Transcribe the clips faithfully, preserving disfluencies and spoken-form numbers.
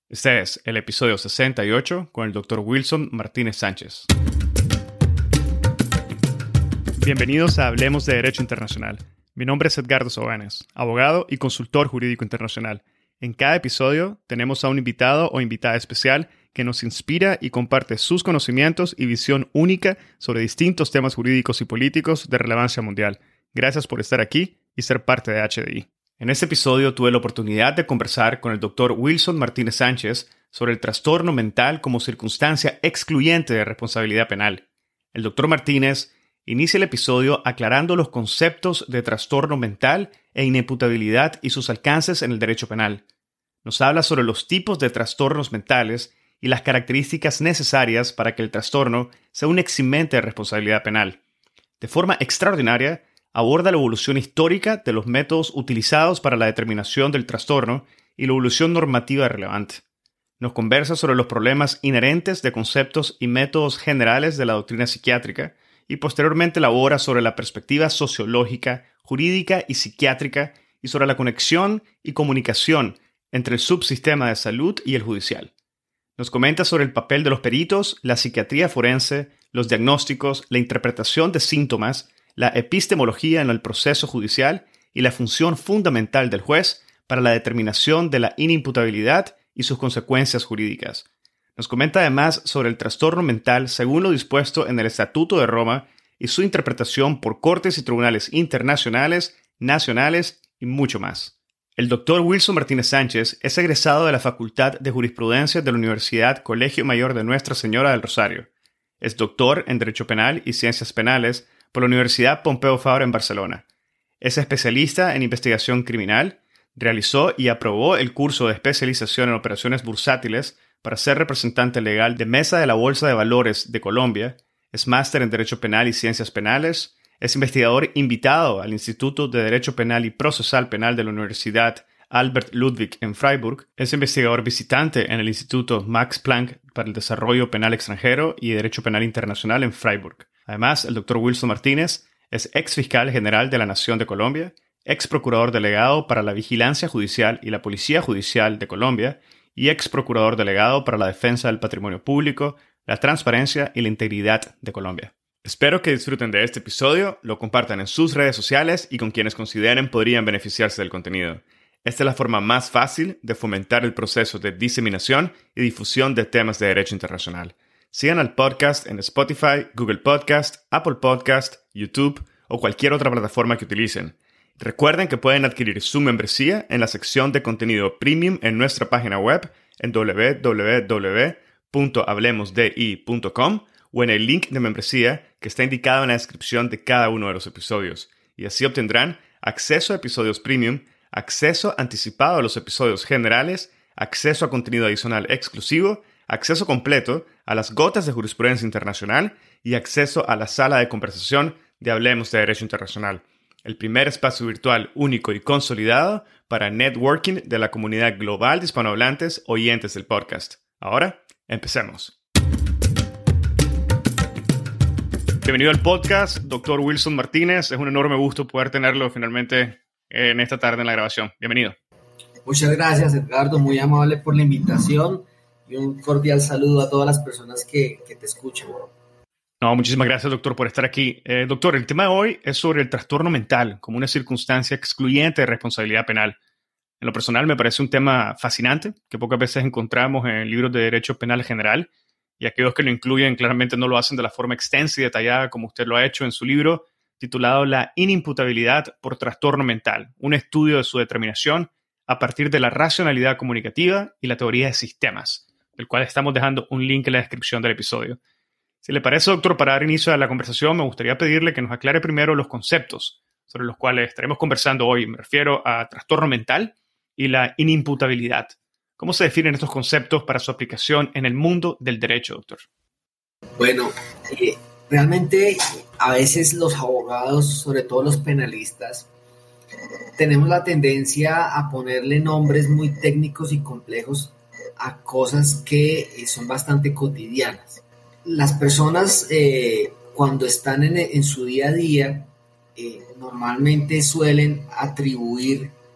Este es el episodio sesenta y ocho con el doctor Wilson Martínez Sánchez. Bienvenidos a Hablemos de Derecho Internacional. Mi nombre es Edgardo Sobanes, abogado y consultor jurídico internacional. En cada episodio tenemos a un invitado o invitada especial que nos inspira y comparte sus conocimientos y visión única sobre distintos temas jurídicos y políticos de relevancia mundial. Gracias por estar aquí y ser parte de H D I. En este episodio tuve la oportunidad de conversar con el doctor Wilson Martínez Sánchez sobre el trastorno mental como circunstancia excluyente de responsabilidad penal. El doctor Martínez inicia el episodio aclarando los conceptos de trastorno mental e inimputabilidad y sus alcances en el derecho penal. Nos habla sobre los tipos de trastornos mentales y las características necesarias para que el trastorno sea un eximente de responsabilidad penal. De forma extraordinaria, aborda la evolución histórica de los métodos utilizados para la determinación del trastorno y la evolución normativa relevante. Nos conversa sobre los problemas inherentes de conceptos y métodos generales de la doctrina psiquiátrica y posteriormente elabora sobre la perspectiva sociológica, jurídica y psiquiátrica y sobre la conexión y comunicación entre el subsistema de salud y el judicial. Nos comenta sobre el papel de los peritos, la psiquiatría forense, los diagnósticos, la interpretación de síntomas, la epistemología en el proceso judicial y la función fundamental del juez para la determinación de la inimputabilidad y sus consecuencias jurídicas. Nos comenta además sobre el trastorno mental según lo dispuesto en el Estatuto de Roma y su interpretación por cortes y tribunales internacionales, nacionales y mucho más. El doctor Wilson Martínez Sánchez es egresado de la Facultad de Jurisprudencia de la Universidad Colegio Mayor de Nuestra Señora del Rosario. Es doctor en Derecho Penal y Ciencias Penales por la Universidad Pompeu Fabra en Barcelona. Es especialista en investigación criminal, realizó y aprobó el curso de especialización en operaciones bursátiles para ser representante legal de Mesa de la Bolsa de Valores de Colombia, es máster en Derecho Penal y Ciencias Penales, es investigador invitado al Instituto de Derecho Penal y Procesal Penal de la Universidad Albert Ludwig en Freiburg, es investigador visitante en el Instituto Max Planck para el Desarrollo Penal Extranjero y Derecho Penal Internacional en Freiburg. Además, el doctor Wilson Martínez es ex fiscal general de la Nación de Colombia, ex procurador delegado para la Vigilancia Judicial y la Policía Judicial de Colombia y ex procurador delegado para la Defensa del Patrimonio Público, la Transparencia y la Integridad de Colombia. Espero que disfruten de este episodio, lo compartan en sus redes sociales y con quienes consideren podrían beneficiarse del contenido. Esta es la forma más fácil de fomentar el proceso de diseminación y difusión de temas de derecho internacional. Sigan al podcast en Spotify, Google Podcast, Apple Podcast, YouTube o cualquier otra plataforma que utilicen. Recuerden que pueden adquirir su membresía en la sección de contenido premium en nuestra página web en doble u doble u doble u punto hablemos d i punto com o en el link de membresía que está indicado en la descripción de cada uno de los episodios. Y así obtendrán acceso a episodios premium, acceso anticipado a los episodios generales, acceso a contenido adicional exclusivo, acceso completo a las gotas de jurisprudencia internacional y acceso a la sala de conversación de Hablemos de Derecho Internacional, el primer espacio virtual único y consolidado para networking de la comunidad global de hispanohablantes oyentes del podcast. Ahora, empecemos. Bienvenido al podcast, doctor Wilson Martínez. Es un enorme gusto poder tenerlo finalmente en esta tarde en la grabación. Bienvenido. Muchas gracias, Edgardo. Muy amable por la invitación. Y un cordial saludo a todas las personas que, que te escuchan. No, muchísimas gracias, doctor, por estar aquí. Eh, doctor, el tema de hoy es sobre el trastorno mental como una circunstancia excluyente de responsabilidad penal. En lo personal me parece un tema fascinante que pocas veces encontramos en libros de derecho penal general y aquellos que lo incluyen claramente no lo hacen de la forma extensa y detallada como usted lo ha hecho en su libro titulado La inimputabilidad por trastorno mental, un estudio de su determinación a partir de la racionalidad comunicativa y la teoría de sistemas, del cual estamos dejando un link en la descripción del episodio. Si le parece, doctor, para dar inicio a la conversación, me gustaría pedirle que nos aclare primero los conceptos sobre los cuales estaremos conversando hoy. Me refiero a trastorno mental y la inimputabilidad. ¿Cómo se definen estos conceptos para su aplicación en el mundo del derecho, doctor? Bueno, eh, realmente a veces los abogados, sobre todo los penalistas, tenemos la tendencia a ponerle nombres muy técnicos y complejos a cosas que eh, son bastante cotidianas. Las personas eh, cuando están en, en su día a día eh, normalmente suelen atribuir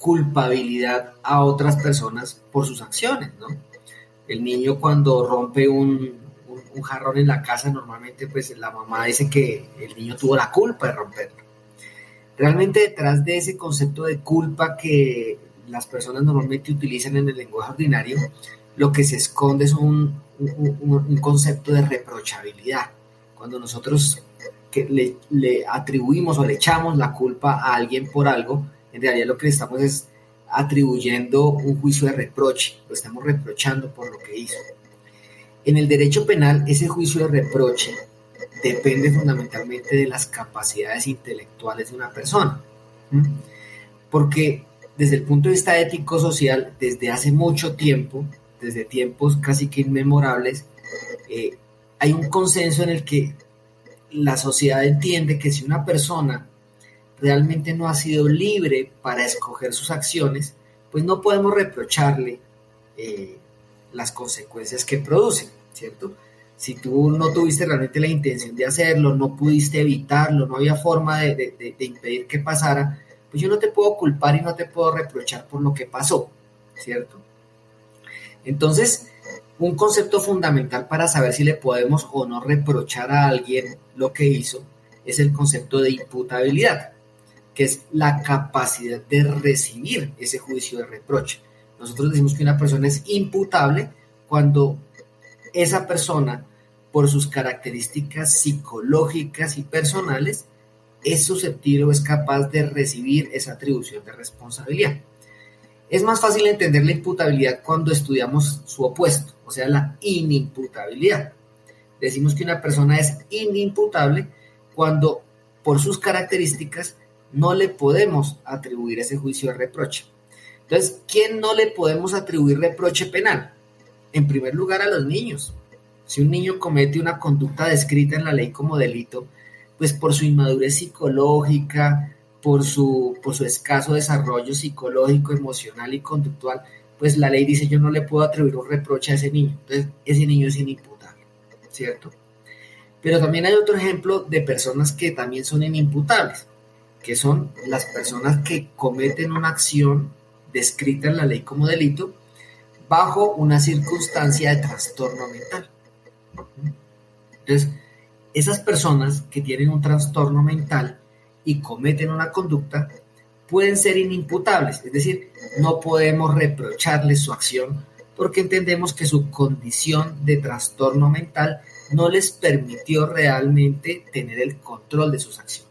culpabilidad a otras personas por sus acciones, ¿no? El niño cuando rompe un, un, un jarrón en la casa, normalmente pues la mamá dice que el niño tuvo la culpa de romperlo. Realmente detrás de ese concepto de culpa que las personas normalmente utilizan en el lenguaje ordinario, lo que se esconde es un, un, un concepto de reprochabilidad. Cuando nosotros que le, le atribuimos o le echamos la culpa a alguien por algo, en realidad lo que le estamos es atribuyendo un juicio de reproche, lo estamos reprochando por lo que hizo. En el derecho penal, ese juicio de reproche depende fundamentalmente de las capacidades intelectuales de una persona, ¿sí? Porque desde el punto de vista ético-social, desde hace mucho tiempo, desde tiempos casi que inmemorables, eh, hay un consenso en el que la sociedad entiende que si una persona realmente no ha sido libre para escoger sus acciones, pues no podemos reprocharle eh, las consecuencias que producen, ¿cierto? Si tú no tuviste realmente la intención de hacerlo, no pudiste evitarlo, no había forma de, de, de impedir que pasara, pues yo no te puedo culpar y no te puedo reprochar por lo que pasó, ¿cierto? Entonces, un concepto fundamental para saber si le podemos o no reprochar a alguien lo que hizo es el concepto de imputabilidad, que es la capacidad de recibir ese juicio de reproche. Nosotros decimos que una persona es imputable cuando esa persona, por sus características psicológicas y personales, es susceptible o es capaz de recibir esa atribución de responsabilidad. Es más fácil entender la imputabilidad cuando estudiamos su opuesto, o sea, la inimputabilidad. Decimos que una persona es inimputable cuando, por sus características, no le podemos atribuir ese juicio de reproche. Entonces, ¿quién no le podemos atribuir reproche penal? En primer lugar, a los niños. Si un niño comete una conducta descrita en la ley como delito, pues por su inmadurez psicológica, por su, por su escaso desarrollo psicológico, emocional y conductual, pues la ley dice yo no le puedo atribuir un reproche a ese niño. Entonces, ese niño es inimputable, ¿cierto? Pero también hay otro ejemplo de personas que también son inimputables, que son las personas que cometen una acción descrita en la ley como delito bajo una circunstancia de trastorno mental. Entonces, esas personas que tienen un trastorno mental y cometen una conducta pueden ser inimputables, es decir, no podemos reprocharles su acción porque entendemos que su condición de trastorno mental no les permitió realmente tener el control de sus acciones.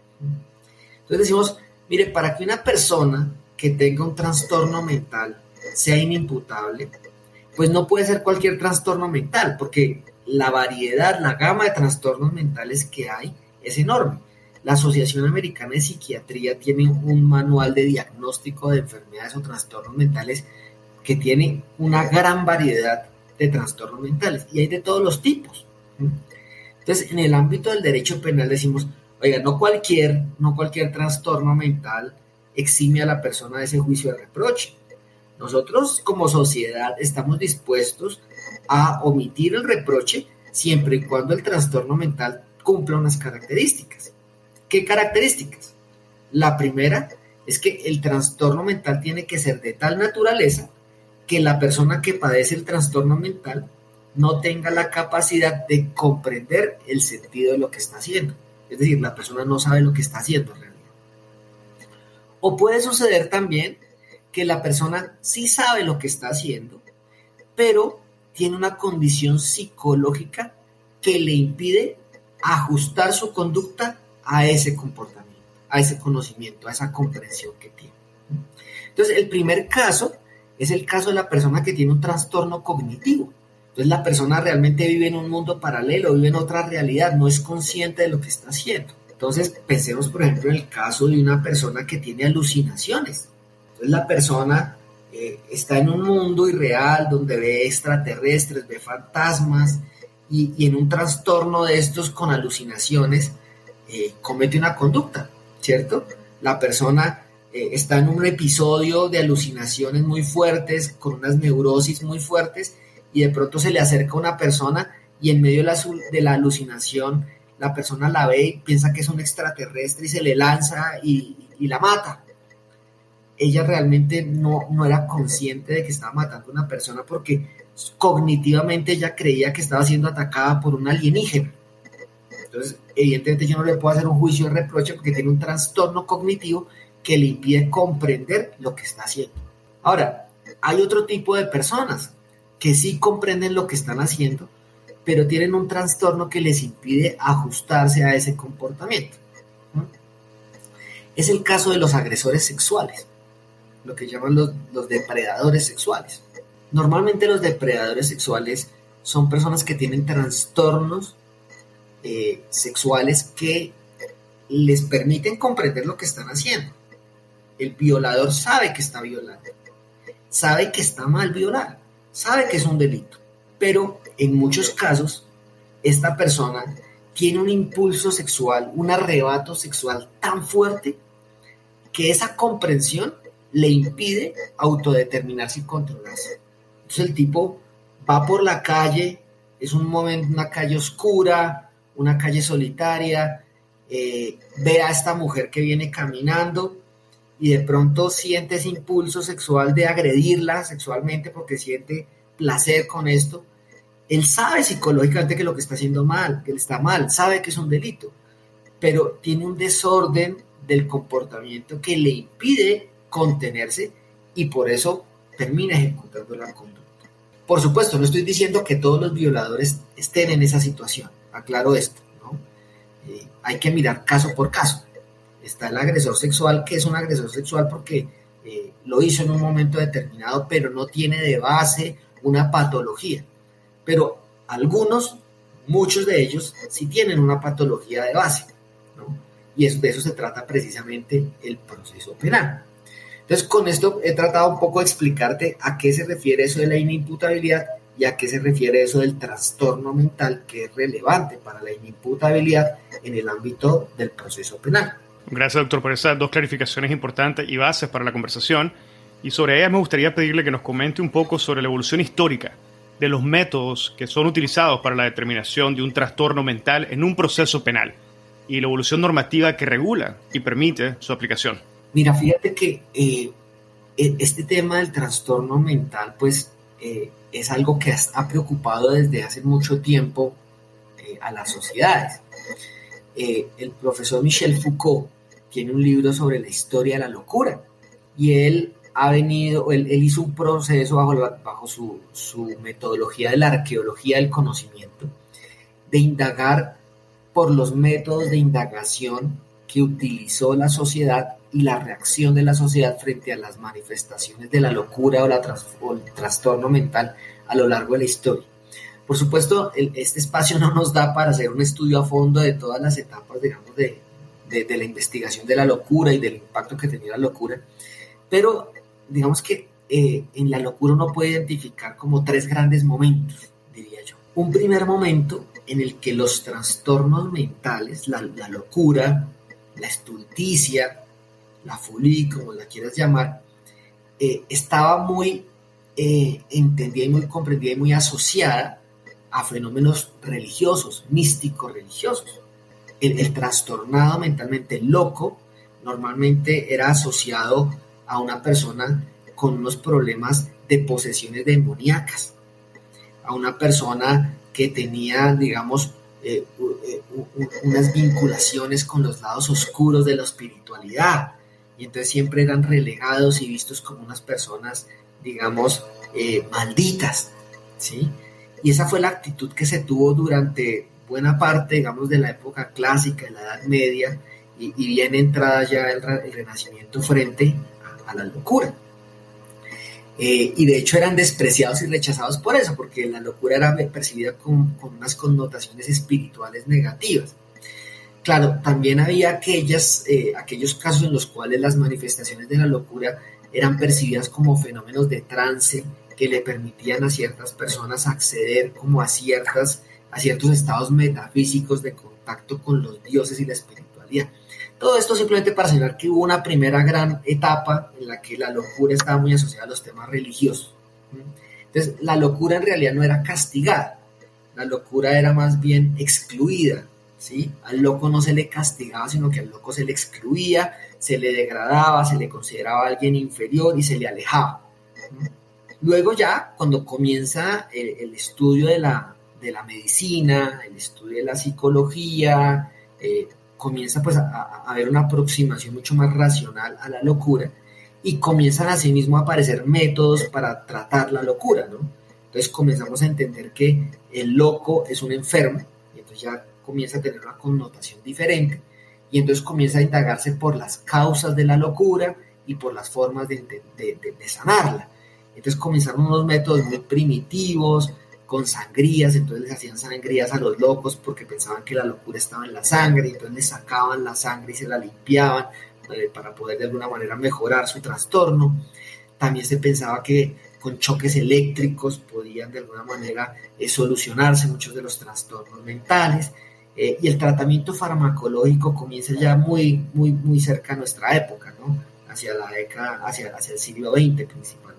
Entonces decimos, mire, para que una persona que tenga un trastorno mental sea inimputable, pues no puede ser cualquier trastorno mental, porque la variedad, la gama de trastornos mentales que hay es enorme. La Asociación Americana de Psiquiatría tiene un manual de diagnóstico de enfermedades o trastornos mentales que tiene una gran variedad de trastornos mentales y hay de todos los tipos. Entonces, en el ámbito del derecho penal decimos, oiga, no cualquier, no cualquier trastorno mental exime a la persona de ese juicio de reproche. Nosotros como sociedad estamos dispuestos a omitir el reproche siempre y cuando el trastorno mental cumpla unas características. ¿Qué características? La primera es que el trastorno mental tiene que ser de tal naturaleza que la persona que padece el trastorno mental no tenga la capacidad de comprender el sentido de lo que está haciendo. Es decir, la persona no sabe lo que está haciendo en realidad. O puede suceder también que la persona sí sabe lo que está haciendo, pero tiene una condición psicológica que le impide ajustar su conducta a ese comportamiento, a ese conocimiento, a esa comprensión que tiene. Entonces, el primer caso es el caso de la persona que tiene un trastorno cognitivo. Entonces, la persona realmente vive en un mundo paralelo, vive en otra realidad, no es consciente de lo que está haciendo. Entonces, pensemos, por ejemplo, en el caso de una persona que tiene alucinaciones. Entonces, la persona eh, está en un mundo irreal donde ve extraterrestres, ve fantasmas y, y en un trastorno de estos con alucinaciones eh, comete una conducta, ¿cierto? La persona eh, está en un episodio de alucinaciones muy fuertes, con unas neurosis muy fuertes y de pronto se le acerca una persona y en medio de la, de la alucinación la persona la ve y piensa que es un extraterrestre y se le lanza y, y la mata. ella realmente no, no era consciente de que estaba matando a una persona porque cognitivamente ella creía que estaba siendo atacada por un alienígena. Entonces, evidentemente yo no le puedo hacer un juicio de reproche porque tiene un trastorno cognitivo que le impide comprender lo que está haciendo. Ahora, hay otro tipo de personas que sí comprenden lo que están haciendo, pero tienen un trastorno que les impide ajustarse a ese comportamiento. ¿Mm? Es el caso de los agresores sexuales, lo que llaman los, los depredadores sexuales. Normalmente los depredadores sexuales son personas que tienen trastornos eh, sexuales que les permiten comprender lo que están haciendo. El violador sabe que está violando, sabe que está mal violar, sabe que es un delito, pero en muchos casos esta persona tiene un impulso sexual, un arrebato sexual tan fuerte que esa comprensión le impide autodeterminarse y controlarse. Entonces el tipo va por la calle, es un momento, una calle oscura, una calle solitaria, eh, ve a esta mujer que viene caminando y de pronto siente ese impulso sexual de agredirla sexualmente porque siente placer con esto. Él sabe psicológicamente que lo que está haciendo mal, que él está mal, sabe que es un delito, pero tiene un desorden del comportamiento que le impide contenerse y por eso termina ejecutando la conducta. Por supuesto, no estoy diciendo que todos los violadores estén en esa situación, aclaro esto, ¿no? Eh, hay que mirar caso por caso. Está el agresor sexual, que es un agresor sexual porque eh, lo hizo en un momento determinado, pero no tiene de base una patología. Pero algunos, muchos de ellos, sí tienen una patología de base, ¿no? Y eso, de eso se trata precisamente el proceso penal. Entonces, con esto he tratado un poco de explicarte a qué se refiere eso de la inimputabilidad y a qué se refiere eso del trastorno mental, que es relevante para la inimputabilidad en el ámbito del proceso penal. Gracias, doctor, por esas dos clarificaciones importantes y bases para la conversación. Y sobre ellas me gustaría pedirle que nos comente un poco sobre la evolución histórica de los métodos que son utilizados para la determinación de un trastorno mental en un proceso penal y la evolución normativa que regula y permite su aplicación. Mira, fíjate que eh, este tema del trastorno mental, pues, eh, es algo que ha preocupado desde hace mucho tiempo eh, a las sociedades. Eh, el profesor Michel Foucault tiene un libro sobre la historia de la locura y él ha venido, él, él hizo un proceso bajo, bajo su, su metodología de la arqueología del conocimiento, de indagar por los métodos de indagación que utilizó la sociedad y la reacción de la sociedad frente a las manifestaciones de la locura o, la tras, o el trastorno mental a lo largo de la historia. Por supuesto, el, este espacio no nos da para hacer un estudio a fondo de todas las etapas, digamos, de, de, de la investigación de la locura y del impacto que tenía la locura, pero digamos que eh, en la locura uno puede identificar como tres grandes momentos, diría yo. Un primer momento en el que los trastornos mentales, la, la locura, la estulticia, la folie, como la quieras llamar, eh, estaba muy eh, entendida y muy comprendida y muy asociada a fenómenos religiosos, místicos religiosos. El, el trastornado mentalmente loco normalmente era asociado a una persona con unos problemas de posesiones demoníacas, a una persona que tenía, digamos, eh, eh, unas vinculaciones con los lados oscuros de la espiritualidad, y entonces siempre eran relegados y vistos como unas personas, digamos, eh, malditas, ¿sí? Y esa fue la actitud que se tuvo durante buena parte, digamos, de la época clásica, de la Edad Media, y, y bien entrada ya el, el Renacimiento frente a, a la locura. Eh, y de hecho eran despreciados y rechazados por eso, porque la locura era percibida con, con unas connotaciones espirituales negativas. Claro, también había aquellas, eh, aquellos casos en los cuales las manifestaciones de la locura eran percibidas como fenómenos de trance que le permitían a ciertas personas acceder como a, ciertas, a ciertos estados metafísicos de contacto con los dioses y la espiritualidad. Todo esto simplemente para señalar que hubo una primera gran etapa en la que la locura estaba muy asociada a los temas religiosos. Entonces, la locura en realidad no era castigada, la locura era más bien excluida ¿sí? Al loco no se le castigaba, sino que al loco se le excluía, se le degradaba, se le consideraba alguien inferior y se le alejaba. Luego ya, cuando comienza el, el estudio de la, de la medicina, el estudio de la psicología, eh, comienza pues a, a haber una aproximación mucho más racional a la locura y comienzan asimismo a aparecer métodos para tratar la locura, ¿no? Entonces comenzamos a entender que el loco es un enfermo y entonces ya comienza a tener una connotación diferente y entonces comienza a indagarse por las causas de la locura y por las formas de, de, de, de sanarla. Entonces comenzaron unos métodos muy primitivos, con sangrías, entonces les hacían sangrías a los locos porque pensaban que la locura estaba en la sangre, entonces les sacaban la sangre y se la limpiaban eh, para poder de alguna manera mejorar su trastorno. También se pensaba que con choques eléctricos podían de alguna manera eh, solucionarse muchos de los trastornos mentales, eh, y el tratamiento farmacológico comienza ya muy, muy, muy cerca a nuestra época, ¿no? Hacia la década, hacia, hacia el siglo veinte principalmente.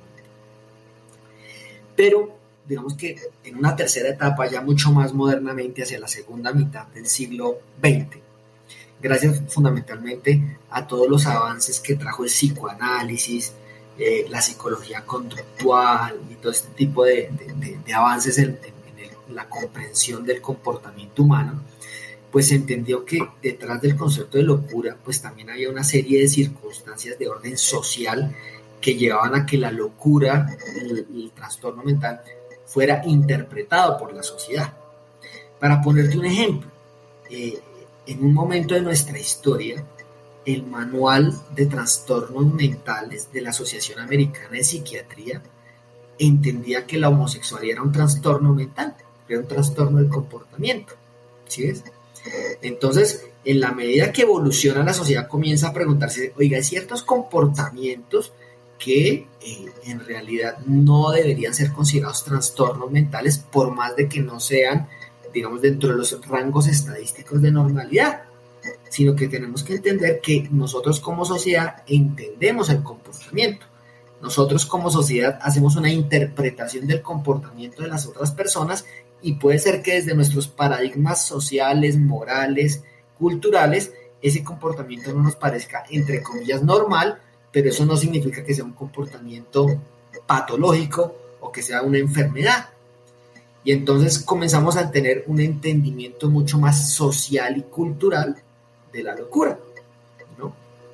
Pero digamos que en una tercera etapa, ya mucho más modernamente, hacia la segunda mitad del siglo veinte, gracias fundamentalmente a todos los avances que trajo el psicoanálisis, eh, la psicología conductual y todo este tipo de, de, de, de avances en, en, el, en la comprensión del comportamiento humano, pues se entendió que detrás del concepto de locura, pues también había una serie de circunstancias de orden social que llevaban a que la locura, el, el trastorno mental, fuera interpretado por la sociedad. Para ponerte un ejemplo, eh, en un momento de nuestra historia, el manual de trastornos mentales de la Asociación Americana de Psiquiatría entendía que la homosexualidad era un trastorno mental, era un trastorno del comportamiento, ¿sí ves? Entonces, en la medida que evoluciona la sociedad, comienza a preguntarse, oiga, hay ciertos comportamientos que eh, en realidad no deberían ser considerados trastornos mentales por más de que no sean, digamos, dentro de los rangos estadísticos de normalidad, sino que tenemos que entender que nosotros como sociedad entendemos el comportamiento. Nosotros como sociedad hacemos una interpretación del comportamiento de las otras personas y puede ser que desde nuestros paradigmas sociales, morales, culturales, ese comportamiento no nos parezca, entre comillas, normal, pero eso no significa que sea un comportamiento patológico o que sea una enfermedad. Y entonces comenzamos a tener un entendimiento mucho más social y cultural de la locura, ¿no?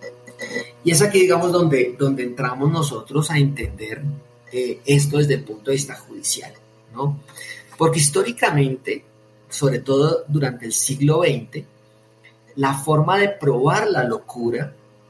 Y es aquí, digamos, donde, donde entramos nosotros a entender eh, esto desde el punto de vista judicial, ¿no? Porque históricamente, sobre todo durante el siglo veinte, la forma de probar la locura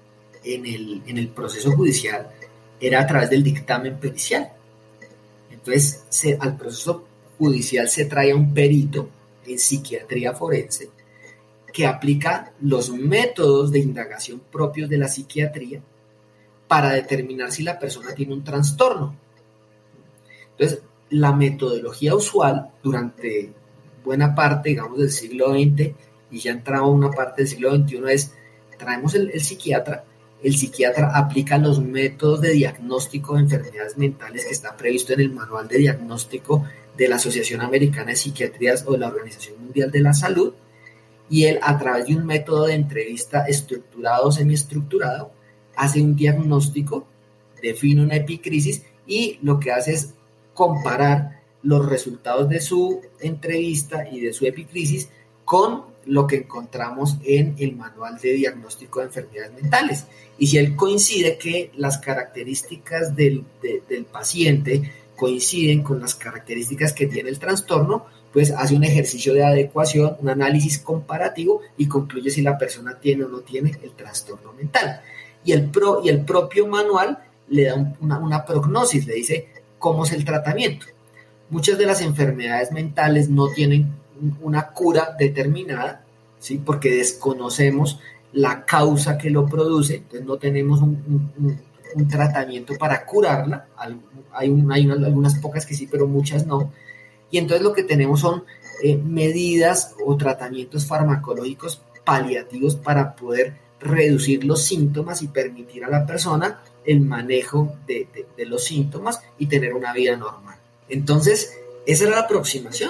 en el, en el proceso judicial era a través del dictamen pericial. Entonces, se, al proceso judicial se trae a un perito en psiquiatría forense que aplica los métodos de indagación propios de la psiquiatría para determinar si la persona tiene un trastorno. Entonces, la metodología usual durante buena parte, digamos, del siglo veinte y ya entraba una parte del siglo veintiuno es, traemos el, el psiquiatra, el psiquiatra aplica los métodos de diagnóstico de enfermedades mentales que está previsto en el manual de diagnóstico de la Asociación Americana de Psiquiatría o de la Organización Mundial de la Salud, y él, a través de un método de entrevista estructurado o semiestructurado, hace un diagnóstico, define una epicrisis y lo que hace es comparar los resultados de su entrevista y de su epicrisis con lo que encontramos en el manual de diagnóstico de enfermedades mentales. Y si él coincide que las características del, de, del paciente coinciden con las características que tiene el trastorno, pues hace un ejercicio de adecuación, un análisis comparativo y concluye si la persona tiene o no tiene el trastorno mental. Y el, pro, y el propio manual le da un, una, una prognosis, le dice cómo es el tratamiento. Muchas de las enfermedades mentales no tienen una cura determinada, ¿sí? Porque desconocemos la causa que lo produce, entonces no tenemos un, un, un tratamiento para curarla. Hay, un, hay unas, algunas pocas que sí, pero muchas no. Y entonces lo que tenemos son eh, medidas o tratamientos farmacológicos paliativos para poder reducir los síntomas y permitir a la persona el manejo de, de, de los síntomas y tener una vida normal. Entonces, esa era la aproximación.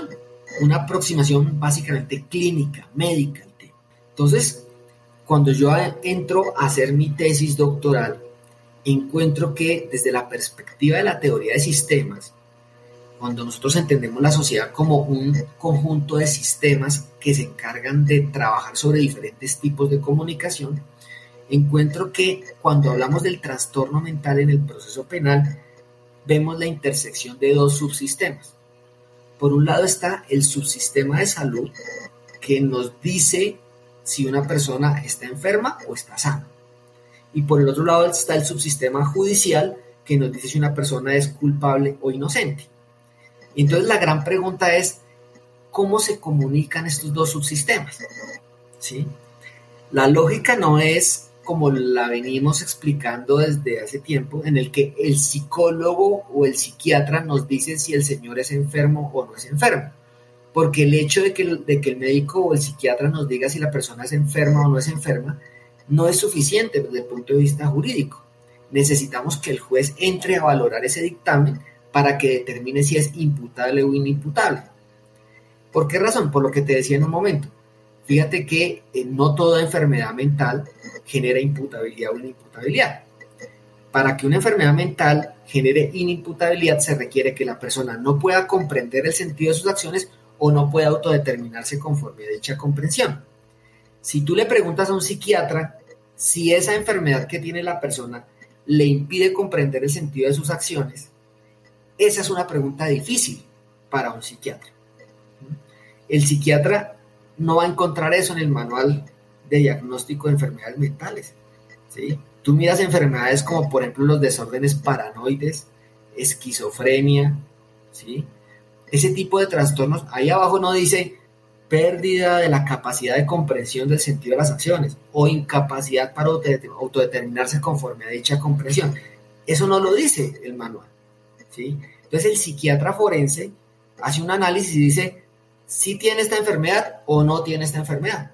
una aproximación básicamente clínica, médica al tema. Entonces, cuando yo entro a hacer mi tesis doctoral, encuentro que desde la perspectiva de la teoría de sistemas, cuando nosotros entendemos la sociedad como un conjunto de sistemas que se encargan de trabajar sobre diferentes tipos de comunicación, encuentro que cuando hablamos del trastorno mental en el proceso penal, vemos la intersección de dos subsistemas. Por un lado está el subsistema de salud, que nos dice si una persona está enferma o está sana. Y por el otro lado está el subsistema judicial, que nos dice si una persona es culpable o inocente. Entonces la gran pregunta es, ¿cómo se comunican estos dos subsistemas? ¿Sí? La lógica no es como la venimos explicando desde hace tiempo, en el que el psicólogo o el psiquiatra nos dice si el señor es enfermo o no es enfermo. Porque el hecho de que, de que el médico o el psiquiatra nos diga si la persona es enferma o no es enferma, no es suficiente desde el punto de vista jurídico. Necesitamos que el juez entre a valorar ese dictamen para que determine si es imputable o inimputable. ¿Por qué razón? Por lo que te decía en un momento. Fíjate que eh, no toda enfermedad mental genera imputabilidad o inimputabilidad. Para que una enfermedad mental genere inimputabilidad se requiere que la persona no pueda comprender el sentido de sus acciones o no pueda autodeterminarse conforme a dicha comprensión. Si tú le preguntas a un psiquiatra si esa enfermedad que tiene la persona le impide comprender el sentido de sus acciones, esa es una pregunta difícil para un psiquiatra. El psiquiatra no va a encontrar eso en el manual de diagnóstico de enfermedades mentales, ¿sí? Tú miras enfermedades como, por ejemplo, los desórdenes paranoides, esquizofrenia, ¿sí? Ese tipo de trastornos, ahí abajo no dice pérdida de la capacidad de comprensión del sentido de las acciones o incapacidad para autodeterminarse conforme a dicha comprensión. Eso no lo dice el manual, ¿sí? Entonces el psiquiatra forense hace un análisis y dice si tiene esta enfermedad o no tiene esta enfermedad.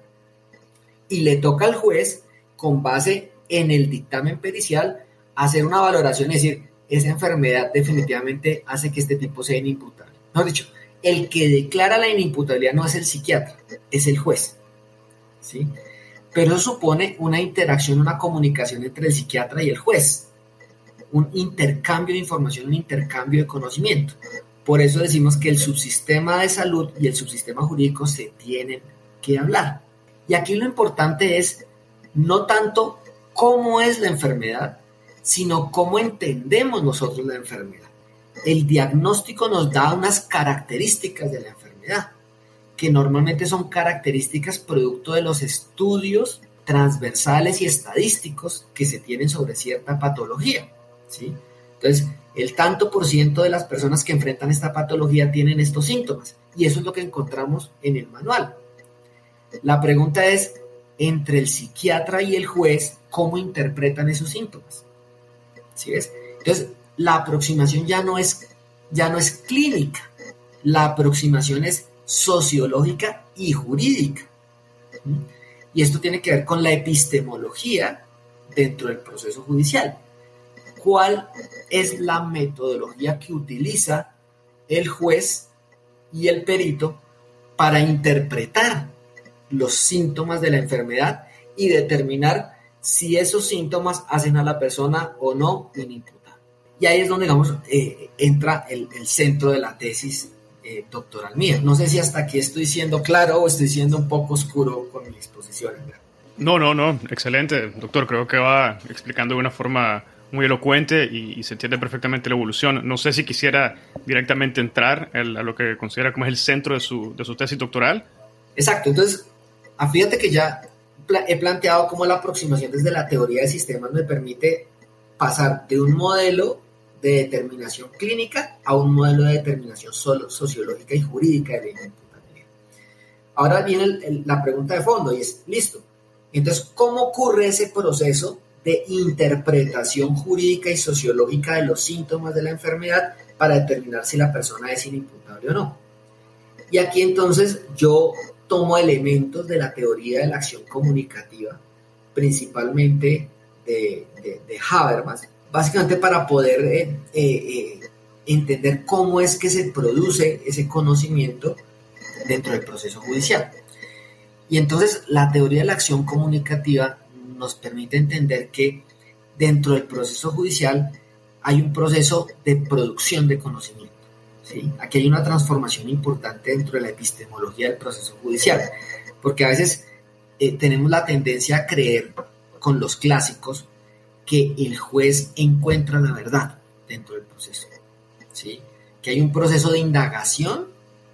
Y le toca al juez, con base en el dictamen pericial, hacer una valoración y decir, esa enfermedad definitivamente hace que este tipo sea inimputable. Mejor dicho, el que declara la inimputabilidad no es el psiquiatra, es el juez, ¿sí? Pero eso supone una interacción, una comunicación entre el psiquiatra y el juez, un intercambio de información, un intercambio de conocimiento. Por eso decimos que el subsistema de salud y el subsistema jurídico se tienen que hablar. Y aquí lo importante es no tanto cómo es la enfermedad, sino cómo entendemos nosotros la enfermedad. El diagnóstico nos da unas características de la enfermedad, que normalmente son características producto de los estudios transversales y estadísticos que se tienen sobre cierta patología, ¿sí? Entonces, el tanto por ciento de las personas que enfrentan esta patología tienen estos síntomas, y eso es lo que encontramos en el manual. La pregunta es, entre el psiquiatra y el juez, ¿cómo interpretan esos síntomas? ¿Sí ves? Entonces, la aproximación ya no es, ya no es clínica, la aproximación es sociológica y jurídica. ¿Mm? Y esto tiene que ver con la epistemología dentro del proceso judicial. ¿Cuál es la metodología que utiliza el juez y el perito para interpretar los síntomas de la enfermedad y determinar si esos síntomas hacen a la persona o no inimputable? Y ahí es donde, digamos, eh, entra el, el centro de la tesis eh, doctoral mía. No sé si hasta aquí estoy siendo claro o estoy siendo un poco oscuro con mi exposición. No, no, no, excelente, doctor. Creo que va explicando de una forma muy elocuente y, y se entiende perfectamente la evolución. No sé si quisiera directamente entrar el, a lo que considera como es el centro de su, de su tesis doctoral. Exacto, entonces, fíjate que ya he planteado cómo la aproximación desde la teoría de sistemas me permite pasar de un modelo de determinación clínica a un modelo de determinación solo sociológica y jurídica de la inimputabilidad. Ahora viene el, el, la pregunta de fondo y es, listo, entonces, ¿cómo ocurre ese proceso de interpretación jurídica y sociológica de los síntomas de la enfermedad para determinar si la persona es inimputable o no? Y aquí entonces yo tomo elementos de la teoría de la acción comunicativa, principalmente de, de, de Habermas, básicamente para poder eh, eh, entender cómo es que se produce ese conocimiento dentro del proceso judicial. Y entonces la teoría de la acción comunicativa nos permite entender que dentro del proceso judicial hay un proceso de producción de conocimiento, ¿sí? Aquí hay una transformación importante dentro de la epistemología del proceso judicial, porque a veces eh, tenemos la tendencia a creer con los clásicos que el juez encuentra la verdad dentro del proceso, ¿sí? Que hay un proceso de indagación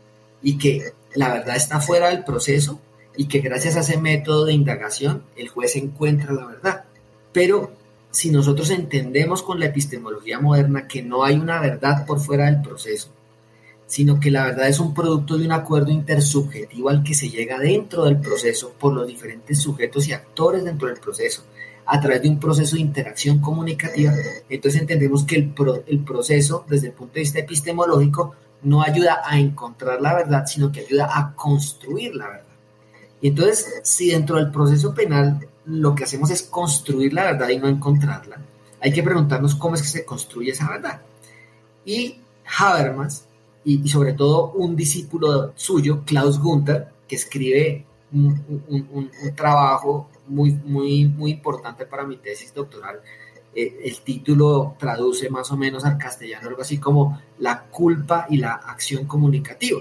y que la verdad está fuera del proceso y que gracias a ese método de indagación el juez encuentra la verdad. Pero si nosotros entendemos con la epistemología moderna que no hay una verdad por fuera del proceso, sino que la verdad es un producto de un acuerdo intersubjetivo al que se llega dentro del proceso por los diferentes sujetos y actores dentro del proceso, a través de un proceso de interacción comunicativa, entonces entendemos que el, pro, el proceso, desde el punto de vista epistemológico, no ayuda a encontrar la verdad, sino que ayuda a construir la verdad. Y entonces, si dentro del proceso penal lo que hacemos es construir la verdad y no encontrarla, hay que preguntarnos cómo es que se construye esa verdad. Y Habermas, y, y sobre todo un discípulo suyo, Klaus Gunther, que escribe un, un, un, un trabajo muy, muy, muy importante para mi tesis doctoral. Eh, el título traduce más o menos al castellano algo así como la culpa y la acción comunicativa.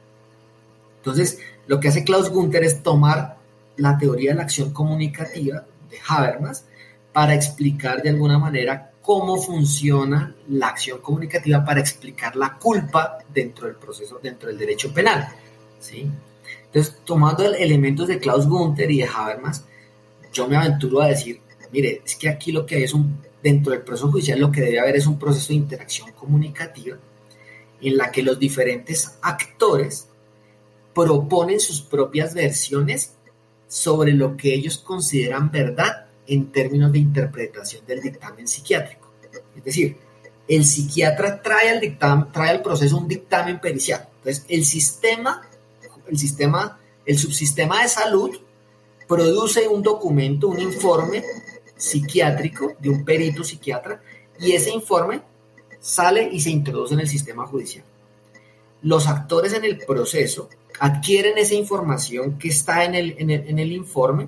Entonces, lo que hace Klaus Gunther es tomar la teoría de la acción comunicativa de Habermas para explicar de alguna manera cómo funciona la acción comunicativa, para explicar la culpa dentro del proceso, dentro del derecho penal, ¿sí? Entonces, tomando elementos de Klaus Gunther y de Habermas, yo me aventuro a decir, mire, es que aquí lo que hay es un, dentro del proceso judicial lo que debe haber es un proceso de interacción comunicativa en la que los diferentes actores proponen sus propias versiones sobre lo que ellos consideran verdad en términos de interpretación del dictamen psiquiátrico. Es decir, el psiquiatra trae al dictamen, trae al proceso un dictamen pericial. Entonces, el sistema, el sistema, el subsistema de salud produce un documento, un informe psiquiátrico de un perito psiquiatra, y ese informe sale y se introduce en el sistema judicial. Los actores en el proceso adquieren esa información que está en el, en el, en el informe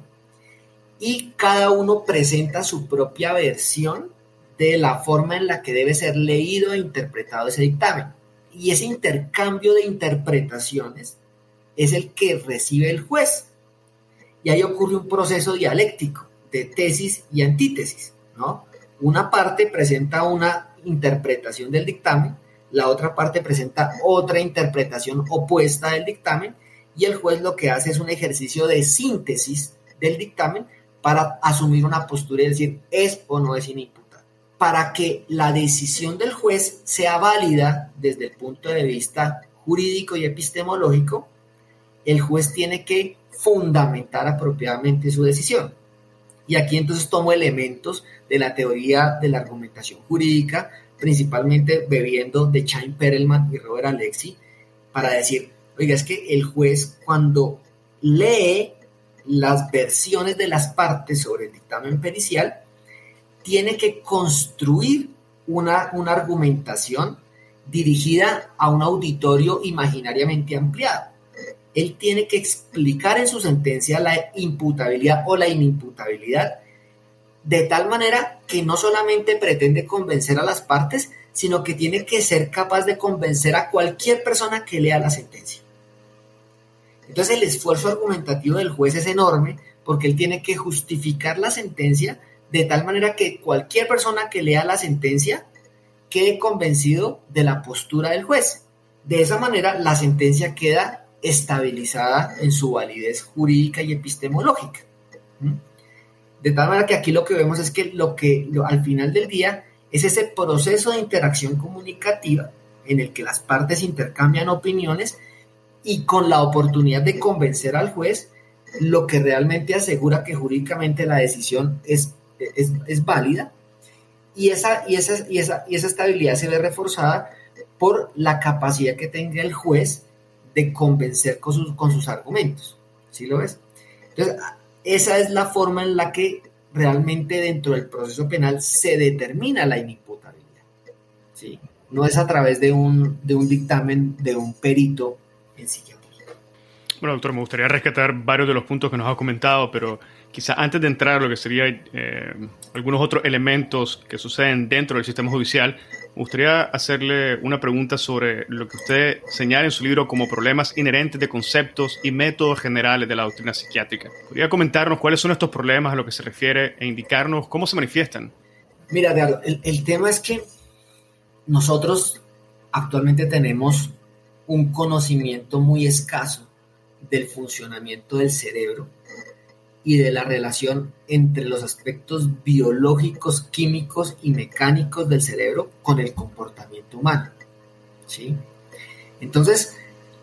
y cada uno presenta su propia versión de la forma en la que debe ser leído e interpretado ese dictamen. Y ese intercambio de interpretaciones es el que recibe el juez. Y ahí ocurre un proceso dialéctico de tesis y antítesis, ¿no? Una parte presenta una interpretación del dictamen, la otra parte presenta otra interpretación opuesta del dictamen, y el juez lo que hace es un ejercicio de síntesis del dictamen para asumir una postura y decir, ¿es o no es inimputable? Para que la decisión del juez sea válida desde el punto de vista jurídico y epistemológico, el juez tiene que fundamentar apropiadamente su decisión. Y aquí entonces tomo elementos de la teoría de la argumentación jurídica, principalmente bebiendo de Chaim Perelman y Robert Alexy, para decir, oiga, es que el juez cuando lee las versiones de las partes sobre el dictamen pericial, tiene que construir una, una argumentación dirigida a un auditorio imaginariamente ampliado. Él tiene que explicar en su sentencia la imputabilidad o la inimputabilidad, de tal manera que no solamente pretende convencer a las partes, sino que tiene que ser capaz de convencer a cualquier persona que lea la sentencia. Entonces el esfuerzo argumentativo del juez es enorme, porque él tiene que justificar la sentencia de tal manera que cualquier persona que lea la sentencia quede convencido de la postura del juez. De esa manera la sentencia queda estabilizada en su validez jurídica y epistemológica. De tal manera que aquí lo que vemos es que lo que lo, al final del día es ese proceso de interacción comunicativa en el que las partes intercambian opiniones y con la oportunidad de convencer al juez, lo que realmente asegura que jurídicamente la decisión es, es, es válida, y esa, y, esa, y, esa, y esa estabilidad se ve reforzada por la capacidad que tenga el juez de convencer con sus, con sus argumentos. ¿Sí lo ves? Entonces, esa es la forma en la que realmente dentro del proceso penal se determina la inimputabilidad, ¿sí? No es a través de un, de un dictamen de un perito en psiquiatría. Bueno, doctor, me gustaría rescatar varios de los puntos que nos ha comentado, pero quizá antes de entrar a lo que serían eh, algunos otros elementos que suceden dentro del sistema judicial, me gustaría hacerle una pregunta sobre lo que usted señala en su libro como problemas inherentes de conceptos y métodos generales de la doctrina psiquiátrica. ¿Podría comentarnos cuáles son estos problemas a lo que se refiere e indicarnos cómo se manifiestan? Mira, Eduardo, el, el tema es que nosotros actualmente tenemos un conocimiento muy escaso del funcionamiento del cerebro y de la relación entre los aspectos biológicos, químicos y mecánicos del cerebro con el comportamiento humano, ¿sí? Entonces,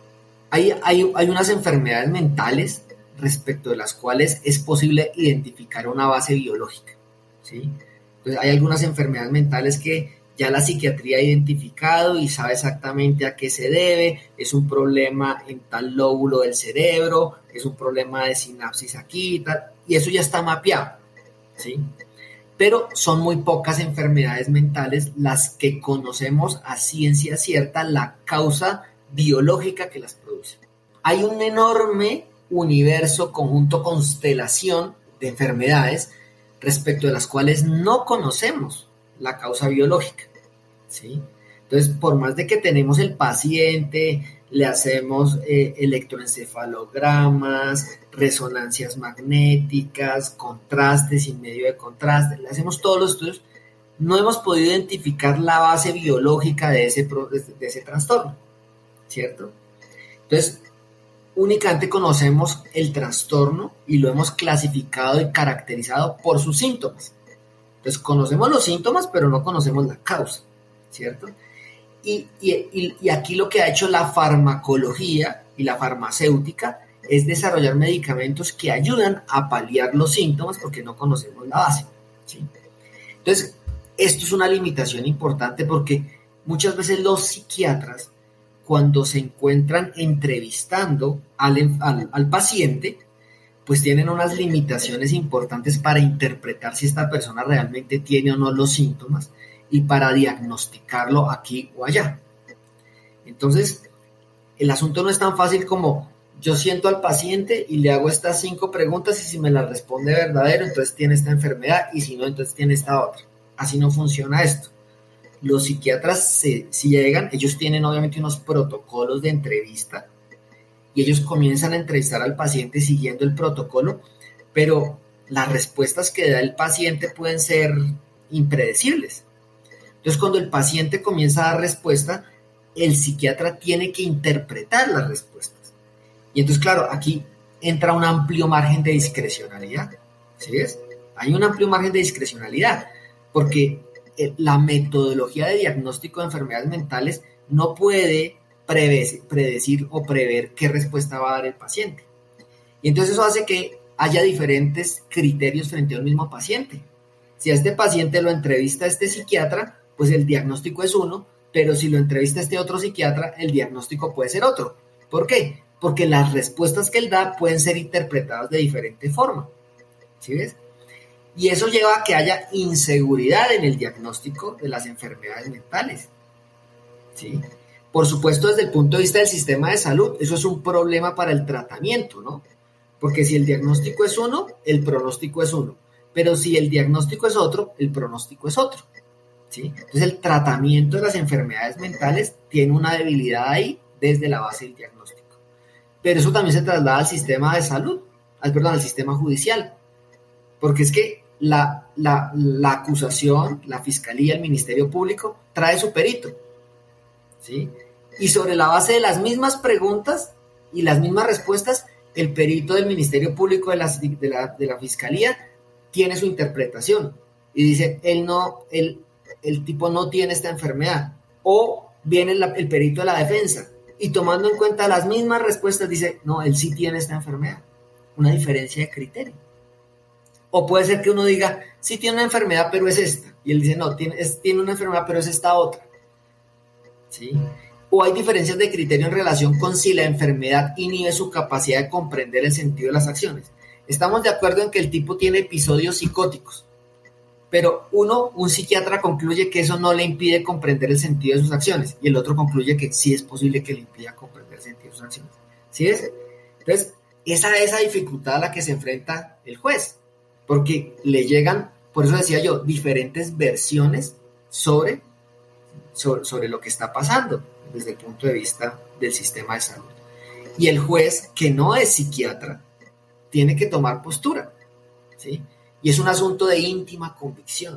hay, hay, hay unas enfermedades mentales respecto de las cuales es posible identificar una base biológica, ¿sí? Entonces, hay algunas enfermedades mentales que ya la psiquiatría ha identificado y sabe exactamente a qué se debe, es un problema en tal lóbulo del cerebro, es un problema de sinapsis aquí y tal, y eso ya está mapeado, ¿sí? Pero son muy pocas enfermedades mentales las que conocemos a ciencia cierta la causa biológica que las produce. Hay un enorme universo, conjunto, constelación de enfermedades respecto de las cuales no conocemos la causa biológica, ¿sí? Entonces, por más de que tenemos el paciente, le hacemos eh, electroencefalogramas, resonancias magnéticas, contrastes y medio de contraste, le hacemos todos los estudios, no hemos podido identificar la base biológica de ese, de ese trastorno, ¿cierto? Entonces, únicamente conocemos el trastorno y lo hemos clasificado y caracterizado por sus síntomas. Entonces, conocemos los síntomas, pero no conocemos la causa, ¿cierto? Y, y, y aquí lo que ha hecho la farmacología y la farmacéutica es desarrollar medicamentos que ayudan a paliar los síntomas porque no conocemos la base, ¿sí? Entonces, esto es una limitación importante porque muchas veces los psiquiatras, cuando se encuentran entrevistando al, al, al paciente, pues tienen unas limitaciones importantes para interpretar si esta persona realmente tiene o no los síntomas y para diagnosticarlo aquí o allá. Entonces, el asunto no es tan fácil como yo siento al paciente y le hago estas cinco preguntas y si me las responde verdadero, entonces tiene esta enfermedad y si no, entonces tiene esta otra. Así no funciona esto. Los psiquiatras, se, si llegan, ellos tienen obviamente unos protocolos de entrevista y ellos comienzan a entrevistar al paciente siguiendo el protocolo, pero las respuestas que da el paciente pueden ser impredecibles. Entonces, cuando el paciente comienza a dar respuesta, el psiquiatra tiene que interpretar las respuestas. Y entonces, claro, aquí entra un amplio margen de discrecionalidad, ¿sí ves? Hay un amplio margen de discrecionalidad, porque la metodología de diagnóstico de enfermedades mentales no puede predecir o prever qué respuesta va a dar el paciente. Y entonces eso hace que haya diferentes criterios frente a un mismo paciente. Si a este paciente lo entrevista este psiquiatra, pues el diagnóstico es uno, pero si lo entrevista este otro psiquiatra, el diagnóstico puede ser otro. ¿Por qué? Porque las respuestas que él da pueden ser interpretadas de diferente forma. ¿Sí ves? Y eso lleva a que haya inseguridad en el diagnóstico de las enfermedades mentales, ¿sí? Por supuesto, desde el punto de vista del sistema de salud, eso es un problema para el tratamiento, ¿no? Porque si el diagnóstico es uno, el pronóstico es uno. Pero si el diagnóstico es otro, el pronóstico es otro, ¿sí? Entonces, el tratamiento de las enfermedades mentales tiene una debilidad ahí desde la base del diagnóstico. Pero eso también se traslada al sistema de salud, al, perdón, al sistema judicial. Porque es que la, la, la acusación, la fiscalía, el Ministerio Público, trae su perito, ¿sí? Y sobre la base de las mismas preguntas y las mismas respuestas, el perito del Ministerio Público de la, de la, de la Fiscalía tiene su interpretación y dice, él no, él, el tipo no tiene esta enfermedad. O viene la, el perito de la defensa y tomando en cuenta las mismas respuestas dice, no, él sí tiene esta enfermedad. Una diferencia de criterio. O puede ser que uno diga, sí tiene una enfermedad, pero es esta. Y él dice, no, tiene, es, tiene una enfermedad, pero es esta otra. ¿Sí? O hay diferencias de criterio en relación con si la enfermedad inhibe su capacidad de comprender el sentido de las acciones. Estamos de acuerdo en que el tipo tiene episodios psicóticos, pero uno, un psiquiatra concluye que eso no le impide comprender el sentido de sus acciones y el otro concluye que sí es posible que le impida comprender el sentido de sus acciones. ¿Sí es? Entonces, esa es esa dificultad a la que se enfrenta el juez, porque le llegan, por eso decía yo, diferentes versiones sobre, sobre, sobre lo que está pasando desde el punto de vista del sistema de salud. Y el juez, que no es psiquiatra, tiene que tomar postura, ¿sí? Y es un asunto de íntima convicción.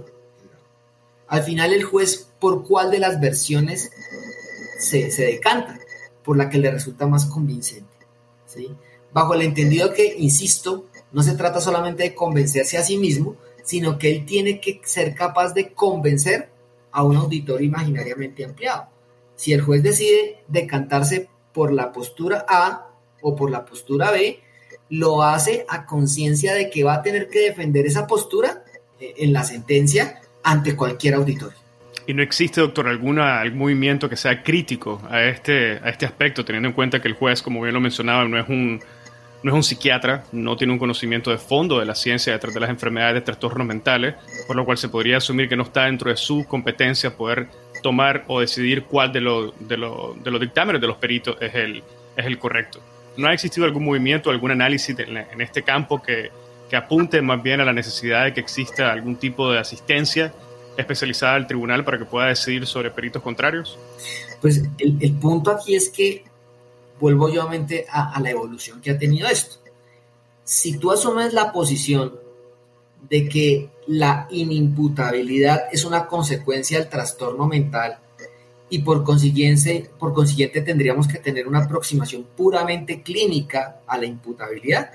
Al final, el juez, ¿por cuál de las versiones se, se decanta? Por la que le resulta más convincente, ¿sí? Bajo el entendido que, insisto, no se trata solamente de convencerse a sí mismo, sino que él tiene que ser capaz de convencer a un auditorio imaginariamente ampliado. Si el juez decide decantarse por la postura A o por la postura B, lo hace a conciencia de que va a tener que defender esa postura en la sentencia ante cualquier auditorio. ¿Y no existe, doctor, alguna, algún movimiento que sea crítico a este, a este aspecto, teniendo en cuenta que el juez, como bien lo mencionaba, no es un, no es un psiquiatra, no tiene un conocimiento de fondo de la ciencia detrás de las enfermedades de trastornos mentales, por lo cual se podría asumir que no está dentro de su competencia poder tomar o decidir cuál de, lo, de, lo, de los dictámenes de los peritos es el, es el correcto? ¿No ha existido algún movimiento, algún análisis de, en este campo que, que apunte más bien a la necesidad de que exista algún tipo de asistencia especializada al tribunal para que pueda decidir sobre peritos contrarios? Pues el, el punto aquí es que vuelvo nuevamente a, a la evolución que ha tenido esto. Si tú asumes la posición de que la inimputabilidad es una consecuencia del trastorno mental y por consiguiente, por consiguiente tendríamos que tener una aproximación puramente clínica a la imputabilidad,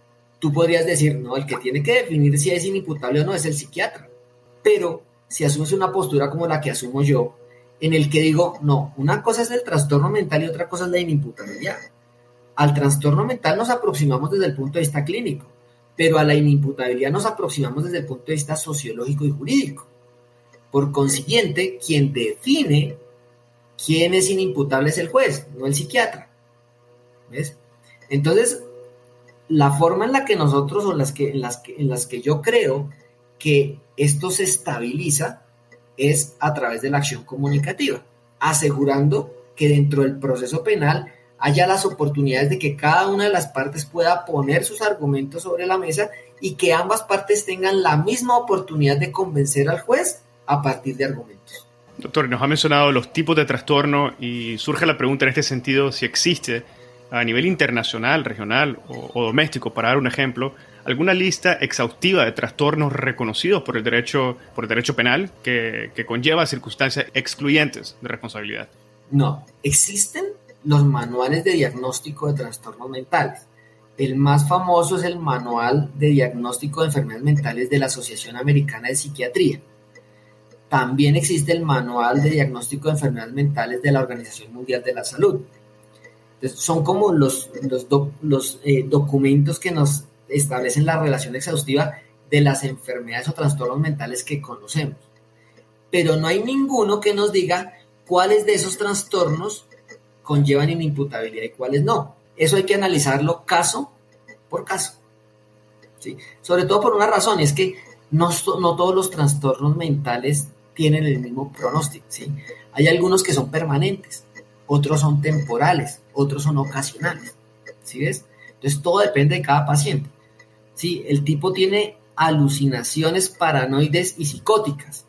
tú podrías decir, no, el que tiene que definir si es inimputable o no es el psiquiatra. Pero si asumes una postura como la que asumo yo, en el que digo, no, una cosa es el trastorno mental y otra cosa es la inimputabilidad. Al trastorno mental nos aproximamos desde el punto de vista clínico, pero a la inimputabilidad nos aproximamos desde el punto de vista sociológico y jurídico. Por consiguiente, quien define quién es inimputable es el juez, no el psiquiatra. ¿Ves? Entonces, la forma en la que nosotros, o las que, en, las que, en las que yo creo que esto se estabiliza es a través de la acción comunicativa, asegurando que dentro del proceso penal haya las oportunidades de que cada una de las partes pueda poner sus argumentos sobre la mesa y que ambas partes tengan la misma oportunidad de convencer al juez a partir de argumentos. Doctor, nos ha mencionado los tipos de trastorno y surge la pregunta en este sentido si existe a nivel internacional, regional o, o doméstico, para dar un ejemplo, alguna lista exhaustiva de trastornos reconocidos por el derecho, por el derecho penal que, que conlleva circunstancias excluyentes de responsabilidad. No, existen los manuales de diagnóstico de trastornos mentales. El más famoso es el Manual de Diagnóstico de Enfermedades Mentales de la Asociación Americana de Psiquiatría. También existe el Manual de Diagnóstico de Enfermedades Mentales de la Organización Mundial de la Salud. Entonces, son como los, los, doc, los eh, documentos que nos establecen la relación exhaustiva de las enfermedades o trastornos mentales que conocemos. Pero no hay ninguno que nos diga cuáles de esos trastornos conllevan inimputabilidad y cuáles no. Eso hay que analizarlo caso por caso, ¿sí? Sobre todo por una razón, y es que no, no todos los trastornos mentales tienen el mismo pronóstico, ¿sí? Hay algunos que son permanentes, otros son temporales, otros son ocasionales, ¿sí ves? Entonces todo depende de cada paciente, ¿sí? El tipo tiene alucinaciones paranoides y psicóticas.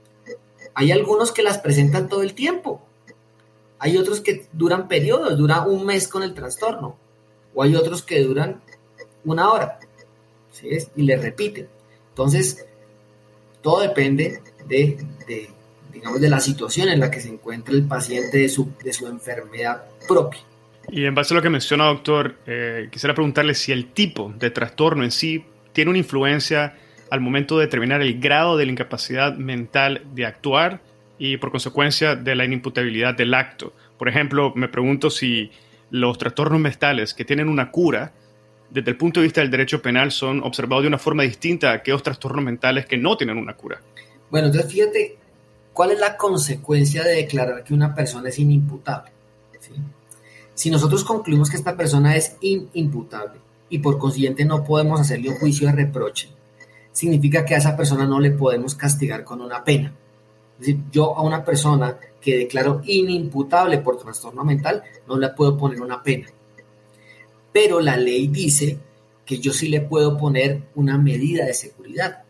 Hay algunos que las presentan todo el tiempo. Hay otros que duran periodos, dura un mes con el trastorno. O hay otros que duran una hora, ¿sí ves? Y le repiten. Entonces, todo depende de, de, digamos, de la situación en la que se encuentra el paciente, de su, de su enfermedad propia. Y en base a lo que menciona, doctor, eh, quisiera preguntarle si el tipo de trastorno en sí tiene una influencia al momento de determinar el grado de la incapacidad mental de actuar y, por consecuencia, de la inimputabilidad del acto. Por ejemplo, me pregunto si los trastornos mentales que tienen una cura, desde el punto de vista del derecho penal, son observados de una forma distinta a aquellos trastornos mentales que no tienen una cura. Bueno, entonces fíjate, ¿cuál es la consecuencia de declarar que una persona es inimputable? ¿Sí? Si nosotros concluimos que esta persona es inimputable y por consiguiente no podemos hacerle un juicio de reproche, significa que a esa persona no le podemos castigar con una pena. Es decir, yo a una persona que declaro inimputable por trastorno mental no le puedo poner una pena. pero la ley dice que yo sí le puedo poner una medida de seguridad.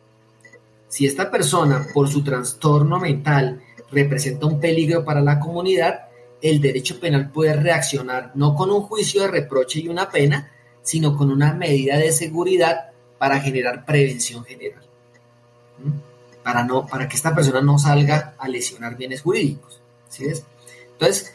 Si esta persona, por su trastorno mental, representa un peligro para la comunidad, el derecho penal puede reaccionar no con un juicio de reproche y una pena, sino con una medida de seguridad para generar prevención general. ¿Mm? Para, no, para que esta persona no salga a lesionar bienes jurídicos. ¿Sí ves? Entonces,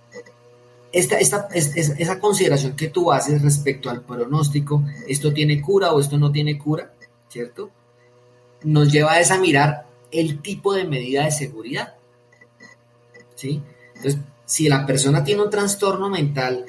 esta, esta, es, es, esa consideración que tú haces respecto al pronóstico, esto tiene cura o esto no tiene cura, ¿cierto? Nos lleva a esa mirar el tipo de medida de seguridad. ¿Sí? Entonces, si la persona tiene un trastorno mental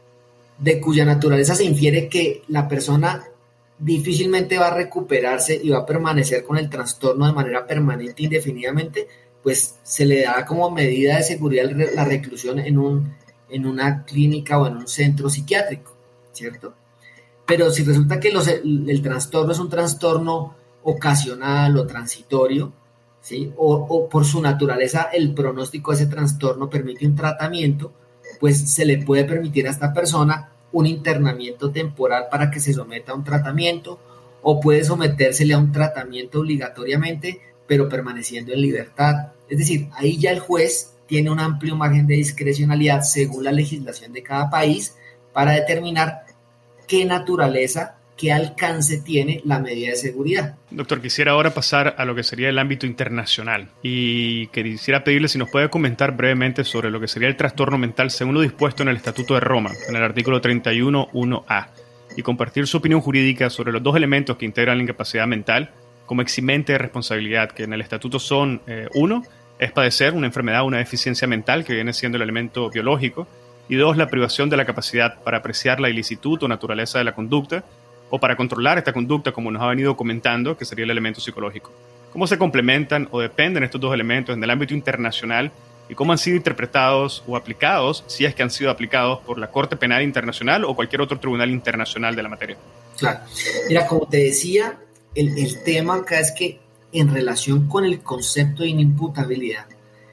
de cuya naturaleza se infiere que la persona difícilmente va a recuperarse y va a permanecer con el trastorno de manera permanente indefinidamente, pues se le da como medida de seguridad la reclusión en, un, en una clínica o en un centro psiquiátrico, ¿cierto? Pero si resulta que los, el, el trastorno es un trastorno ocasional o transitorio, ¿sí? O, o por su naturaleza el pronóstico de ese trastorno permite un tratamiento, pues se le puede permitir a esta persona un internamiento temporal para que se someta a un tratamiento, o puede sometérsele a un tratamiento obligatoriamente, pero permaneciendo en libertad. Es decir, ahí ya el juez tiene un amplio margen de discrecionalidad según la legislación de cada país para determinar qué naturaleza, qué alcance tiene la medida de seguridad. Doctor, quisiera ahora pasar a lo que sería el ámbito internacional y quisiera pedirle si nos puede comentar brevemente sobre lo que sería el trastorno mental según lo dispuesto en el Estatuto de Roma, en el artículo treinta y uno punto uno a, y compartir su opinión jurídica sobre los dos elementos que integran la incapacidad mental como eximente de responsabilidad, que en el Estatuto son, eh, uno, es padecer una enfermedad o una deficiencia mental, que viene siendo el elemento biológico, y dos, la privación de la capacidad para apreciar la ilicitud o naturaleza de la conducta, o para controlar esta conducta, como nos ha venido comentando, que sería el elemento psicológico. ¿Cómo se complementan o dependen estos dos elementos en el ámbito internacional y cómo han sido interpretados o aplicados, si es que han sido aplicados por la Corte Penal Internacional o cualquier otro tribunal internacional de la materia? Claro. Mira, como te decía, el, el tema acá es que en relación con el concepto de inimputabilidad,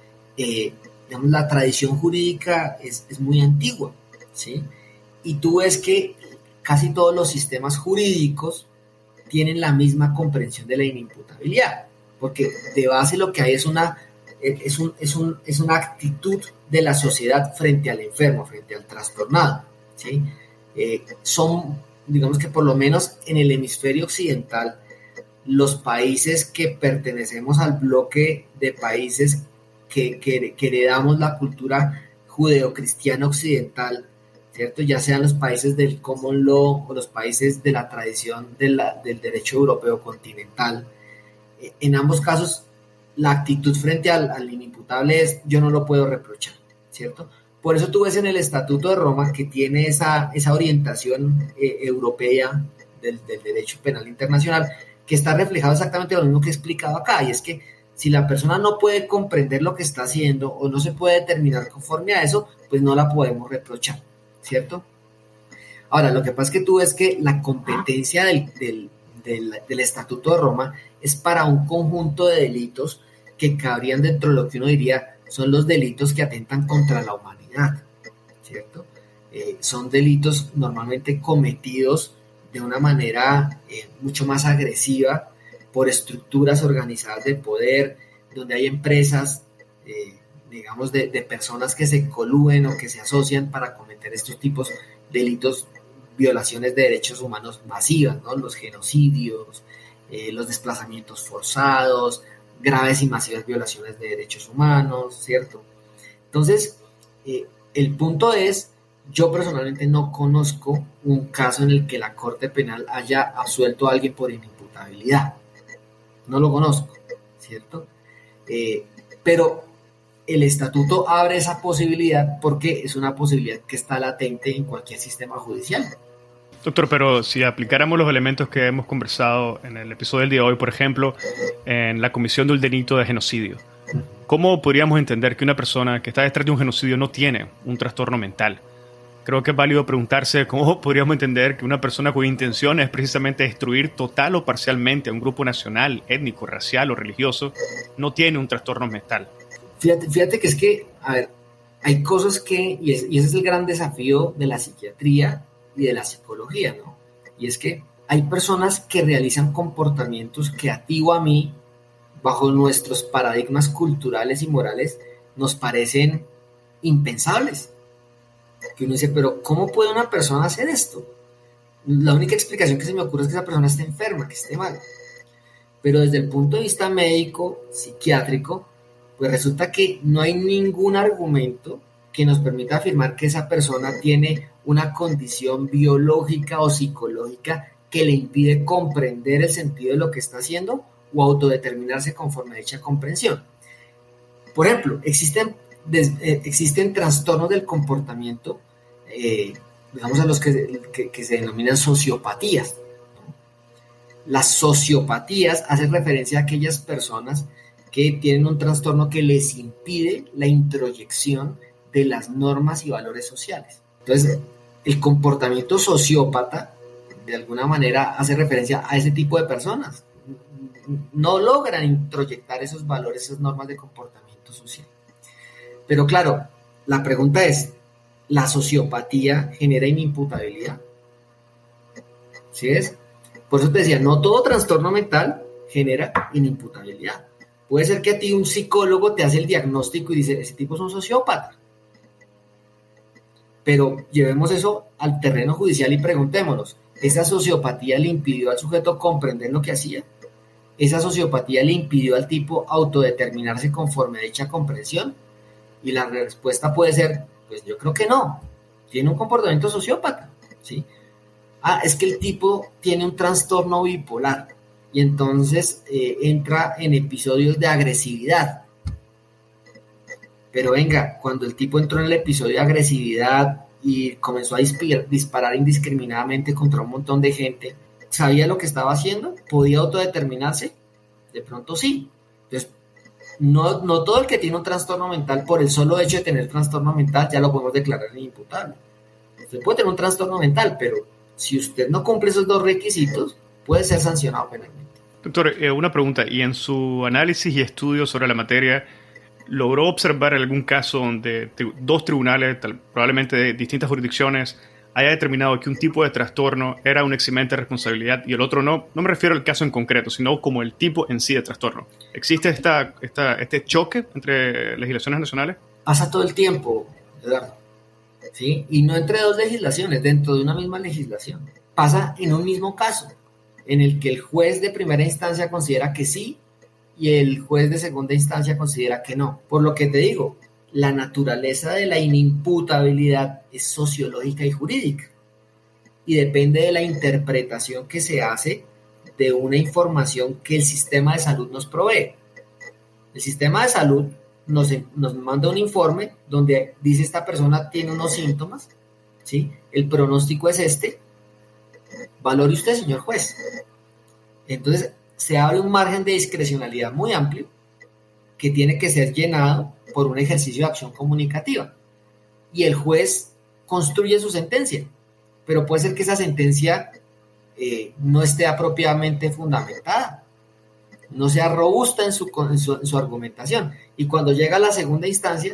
eh, digamos, la tradición jurídica es, es muy antigua, ¿sí? Y tú ves que casi todos los sistemas jurídicos tienen la misma comprensión de la inimputabilidad, porque de base lo que hay es una, es un, es un, es una actitud de la sociedad frente al enfermo, frente al trastornado, ¿sí? Eh, son, digamos que por lo menos en el hemisferio occidental, los países que pertenecemos al bloque de países que, que, que heredamos la cultura judeocristiana occidental, ¿cierto? Ya sean los países del common law o los países de la tradición de la, del derecho europeo continental. En ambos casos, la actitud frente al, al inimputable es yo no lo puedo reprochar, ¿cierto? Por eso tú ves en el Estatuto de Roma que tiene esa, esa orientación eh, europea del, del derecho penal internacional, que está reflejado exactamente lo mismo que he explicado acá, y es que si la persona no puede comprender lo que está haciendo o no se puede determinar conforme a eso, pues no la podemos reprochar, ¿cierto? Ahora, lo que pasa es que tú ves que la competencia del, del, del, del Estatuto de Roma es para un conjunto de delitos que cabrían dentro de lo que uno diría son los delitos que atentan contra la humanidad, ¿cierto? Eh, son delitos normalmente cometidos de una manera eh, mucho más agresiva por estructuras organizadas de poder, donde hay empresas, eh, digamos, de, de personas que se colúen o que se asocian para cometer estos tipos de delitos, violaciones de derechos humanos masivas, ¿no? Los genocidios, eh, los desplazamientos forzados, graves y masivas violaciones de derechos humanos, ¿cierto? Entonces, eh, el punto es, yo personalmente no conozco un caso en el que la Corte Penal haya absuelto a alguien por inimputabilidad. No lo conozco, ¿cierto? Eh, pero el estatuto abre esa posibilidad porque es una posibilidad que está latente en cualquier sistema judicial. Doctor, pero si aplicáramos los elementos que hemos conversado en el episodio del día de hoy, por ejemplo, en la comisión del delito de genocidio, ¿cómo podríamos entender que una persona que está detrás de un genocidio no tiene un trastorno mental? Creo que es válido preguntarse cómo podríamos entender que una persona cuya intención es precisamente destruir total o parcialmente a un grupo nacional, étnico, racial o religioso, no tiene un trastorno mental. Fíjate, fíjate que es que, a ver, hay cosas que, y, es, y ese es el gran desafío de la psiquiatría y y de la psicología, ¿no? Y es que hay personas que realizan comportamientos que a ti o a mí, bajo nuestros paradigmas culturales y morales, nos parecen impensables. Que uno dice, pero ¿cómo puede una persona hacer esto? La única explicación que se me ocurre es que esa persona esté enferma, que esté mal. Pero desde el punto de vista médico, psiquiátrico, pues resulta que no hay ningún argumento que nos permita afirmar que esa persona tiene una condición biológica o psicológica que le impide comprender el sentido de lo que está haciendo o autodeterminarse conforme a dicha comprensión. Por ejemplo, existen, des, eh, existen trastornos del comportamiento, eh, digamos a los que, que, que se denominan sociopatías. Las sociopatías hacen referencia a aquellas personas que tienen un trastorno que les impide la introyección de las normas y valores sociales. Entonces, el comportamiento sociópata, de alguna manera, hace referencia a ese tipo de personas. No logran introyectar esos valores, esas normas de comportamiento social. Pero claro, la pregunta es, ¿la sociopatía genera inimputabilidad? ¿Sí es? Por eso te decía, no todo trastorno mental genera inimputabilidad. Puede ser que a ti un psicólogo te hace el diagnóstico y dice, ese tipo es un sociópata. Pero llevemos eso al terreno judicial y preguntémonos, ¿esa sociopatía le impidió al sujeto comprender lo que hacía? ¿Esa sociopatía le impidió al tipo autodeterminarse conforme a dicha comprensión? Y la respuesta puede ser, pues yo creo que no. Tiene un comportamiento sociópata, ¿sí? Ah, es que el tipo tiene un trastorno bipolar y entonces eh, entra en episodios de agresividad. Pero venga, cuando el tipo entró en el episodio de agresividad y comenzó a disparar, disparar indiscriminadamente contra un montón de gente, ¿sabía lo que estaba haciendo? ¿Podía autodeterminarse? De pronto sí. Entonces, no, no todo el que tiene un trastorno mental, por el solo hecho de tener trastorno mental, ya lo podemos declarar inimputable. Usted puede tener un trastorno mental, pero si usted no cumple esos dos requisitos, puede ser sancionado penalmente. Doctor, eh, una pregunta. ¿Y en su análisis y estudio sobre la materia, logró observar algún caso donde tri- dos tribunales, tal, probablemente de distintas jurisdicciones, haya determinado que un tipo de trastorno era un eximente de responsabilidad y el otro no? No me refiero al caso en concreto, sino como el tipo en sí de trastorno. ¿Existe esta, esta, este choque entre legislaciones nacionales? Pasa todo el tiempo, Eduardo. ¿Sí? Y no entre dos legislaciones, dentro de una misma legislación. Pasa en un mismo caso, en el que el juez de primera instancia considera que sí y el juez de segunda instancia considera que no. Por lo que te digo, la naturaleza de la inimputabilidad es sociológica y jurídica y depende de la interpretación que se hace de una información que el sistema de salud nos provee. El sistema de salud nos, nos manda un informe donde dice esta persona tiene unos síntomas, ¿sí? El pronóstico es este, valore usted, señor juez. Entonces, se abre un margen de discrecionalidad muy amplio que tiene que ser llenado por un ejercicio de acción comunicativa. Y el juez construye su sentencia, pero puede ser que esa sentencia eh, no esté apropiadamente fundamentada, no sea robusta en su, en, su, en su argumentación. Y cuando llega a la segunda instancia,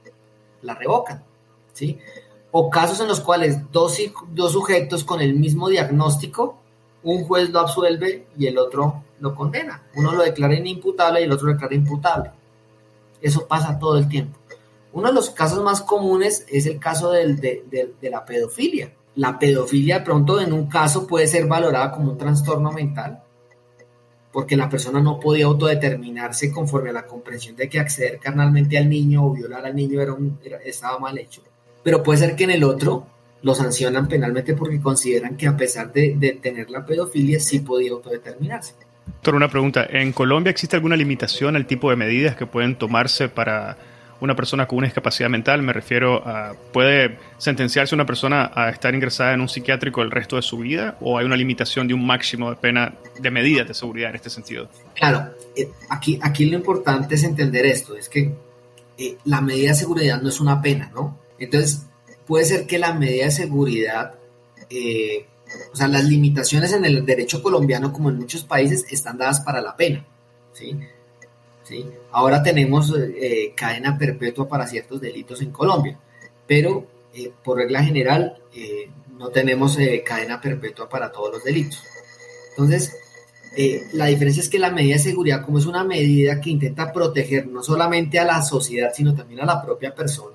la revocan, ¿sí? O casos en los cuales dos, dos sujetos con el mismo diagnóstico, un juez lo absuelve y el otro lo condena. Uno lo declara inimputable y el otro lo declara imputable. Eso pasa todo el tiempo. Uno de los casos más comunes es el caso del, de, de, de la pedofilia. La pedofilia de pronto en un caso puede ser valorada como un trastorno mental porque la persona no podía autodeterminarse conforme a la comprensión de que acceder carnalmente al niño o violar al niño era un, era, estaba mal hecho. Pero puede ser que en el otro lo sancionan penalmente porque consideran que a pesar de, de tener la pedofilia sí podía autodeterminarse. Doctor, una pregunta. ¿En Colombia existe alguna limitación al tipo de medidas que pueden tomarse para una persona con una discapacidad mental? Me refiero a, ¿puede sentenciarse una persona a estar ingresada en un psiquiátrico el resto de su vida? ¿O hay una limitación de un máximo de pena de medidas de seguridad en este sentido? Claro, eh, aquí, aquí lo importante es entender esto, es que eh, la medida de seguridad no es una pena, ¿no? Entonces, puede ser que la medida de seguridad, eh, o sea, las limitaciones en el derecho colombiano, como en muchos países, están dadas para la pena, ¿sí? ¿Sí? Ahora tenemos eh, cadena perpetua para ciertos delitos en Colombia, pero eh, por regla general, eh, no tenemos eh, cadena perpetua para todos los delitos. Entonces, eh, la diferencia es que la medida de seguridad, como es una medida que intenta proteger no solamente a la sociedad, sino también a la propia persona,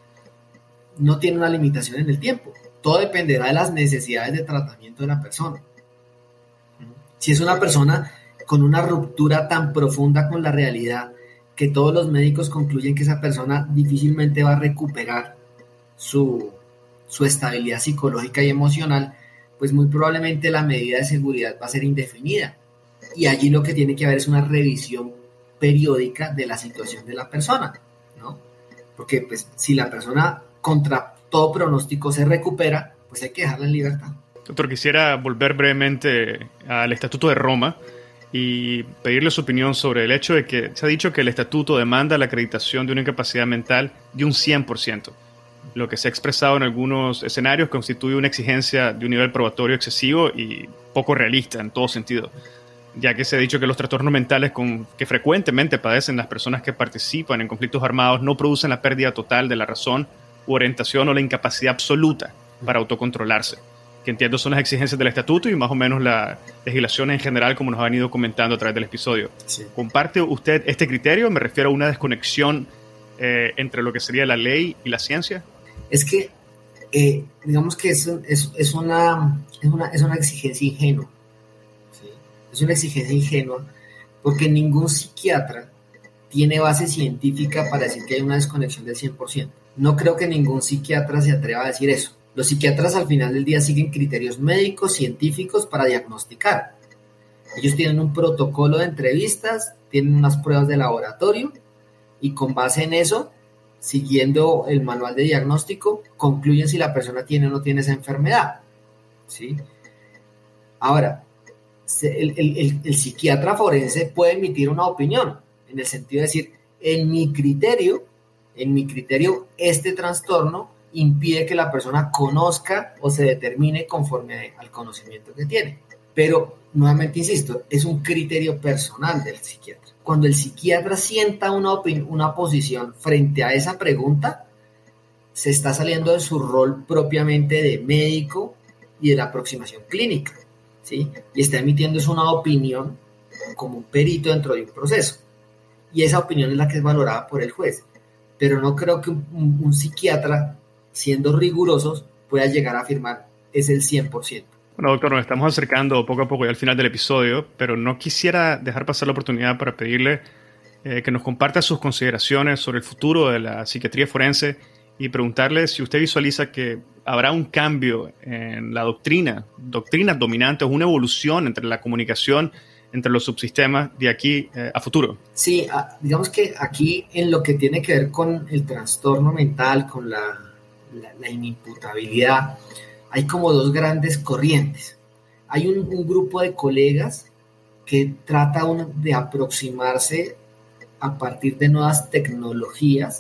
no tiene una limitación en el tiempo. Todo dependerá de las necesidades de tratamiento de la persona. Si es una persona con una ruptura tan profunda con la realidad que todos los médicos concluyen que esa persona difícilmente va a recuperar su, su estabilidad psicológica y emocional, pues muy probablemente la medida de seguridad va a ser indefinida. Y allí lo que tiene que haber es una revisión periódica de la situación de la persona, ¿no? Porque pues, si la persona contra todo pronóstico se recupera, pues hay que dejarla en libertad. Doctor, quisiera volver brevemente al Estatuto de Roma y pedirle su opinión sobre el hecho de que se ha dicho que el estatuto demanda la acreditación de una incapacidad mental de un cien por ciento. Lo que se ha expresado en algunos escenarios constituye una exigencia de un nivel probatorio excesivo y poco realista en todo sentido, ya que se ha dicho que los trastornos mentales con, que frecuentemente padecen las personas que participan en conflictos armados no producen la pérdida total de la razón u orientación o la incapacidad absoluta para autocontrolarse, que entiendo son las exigencias del estatuto y más o menos la legislación en general, como nos ha venido comentando a través del episodio. Sí. ¿Comparte usted este criterio? Me refiero a una desconexión eh, entre lo que sería la ley y la ciencia. Es que, eh, digamos que es, es, es, una, es, una, es una exigencia ingenua. ¿Sí? Es una exigencia ingenua porque ningún psiquiatra tiene base científica para decir que hay una desconexión del cien por ciento. No creo que ningún psiquiatra se atreva a decir eso. Los psiquiatras al final del día siguen criterios médicos, científicos para diagnosticar. Ellos tienen un protocolo de entrevistas, tienen unas pruebas de laboratorio y con base en eso, siguiendo el manual de diagnóstico, concluyen si la persona tiene o no tiene esa enfermedad. ¿Sí? Ahora, el, el, el, el psiquiatra forense puede emitir una opinión en el sentido de decir, en mi criterio, en mi criterio, este trastorno impide que la persona conozca o se determine conforme al conocimiento que tiene. Pero, nuevamente insisto, es un criterio personal del psiquiatra. Cuando el psiquiatra sienta una, opin- una posición frente a esa pregunta, se está saliendo de su rol propiamente de médico y de la aproximación clínica, ¿sí? Y está emitiendo una opinión como un perito dentro de un proceso. Y esa opinión es la que es valorada por el juez. Pero no creo que un, un, un psiquiatra, siendo rigurosos, pueda llegar a afirmar es el cien por ciento. Bueno, doctor, nos estamos acercando poco a poco ya al final del episodio, pero no quisiera dejar pasar la oportunidad para pedirle eh, que nos comparta sus consideraciones sobre el futuro de la psiquiatría forense y preguntarle si usted visualiza que habrá un cambio en la doctrina, doctrinas dominantes, una evolución entre la comunicación entre los subsistemas de aquí eh, a futuro. Sí, digamos que aquí en lo que tiene que ver con el trastorno mental, con la, la, la inimputabilidad, hay como dos grandes corrientes. Hay un, un grupo de colegas que trata un, de aproximarse a partir de nuevas tecnologías,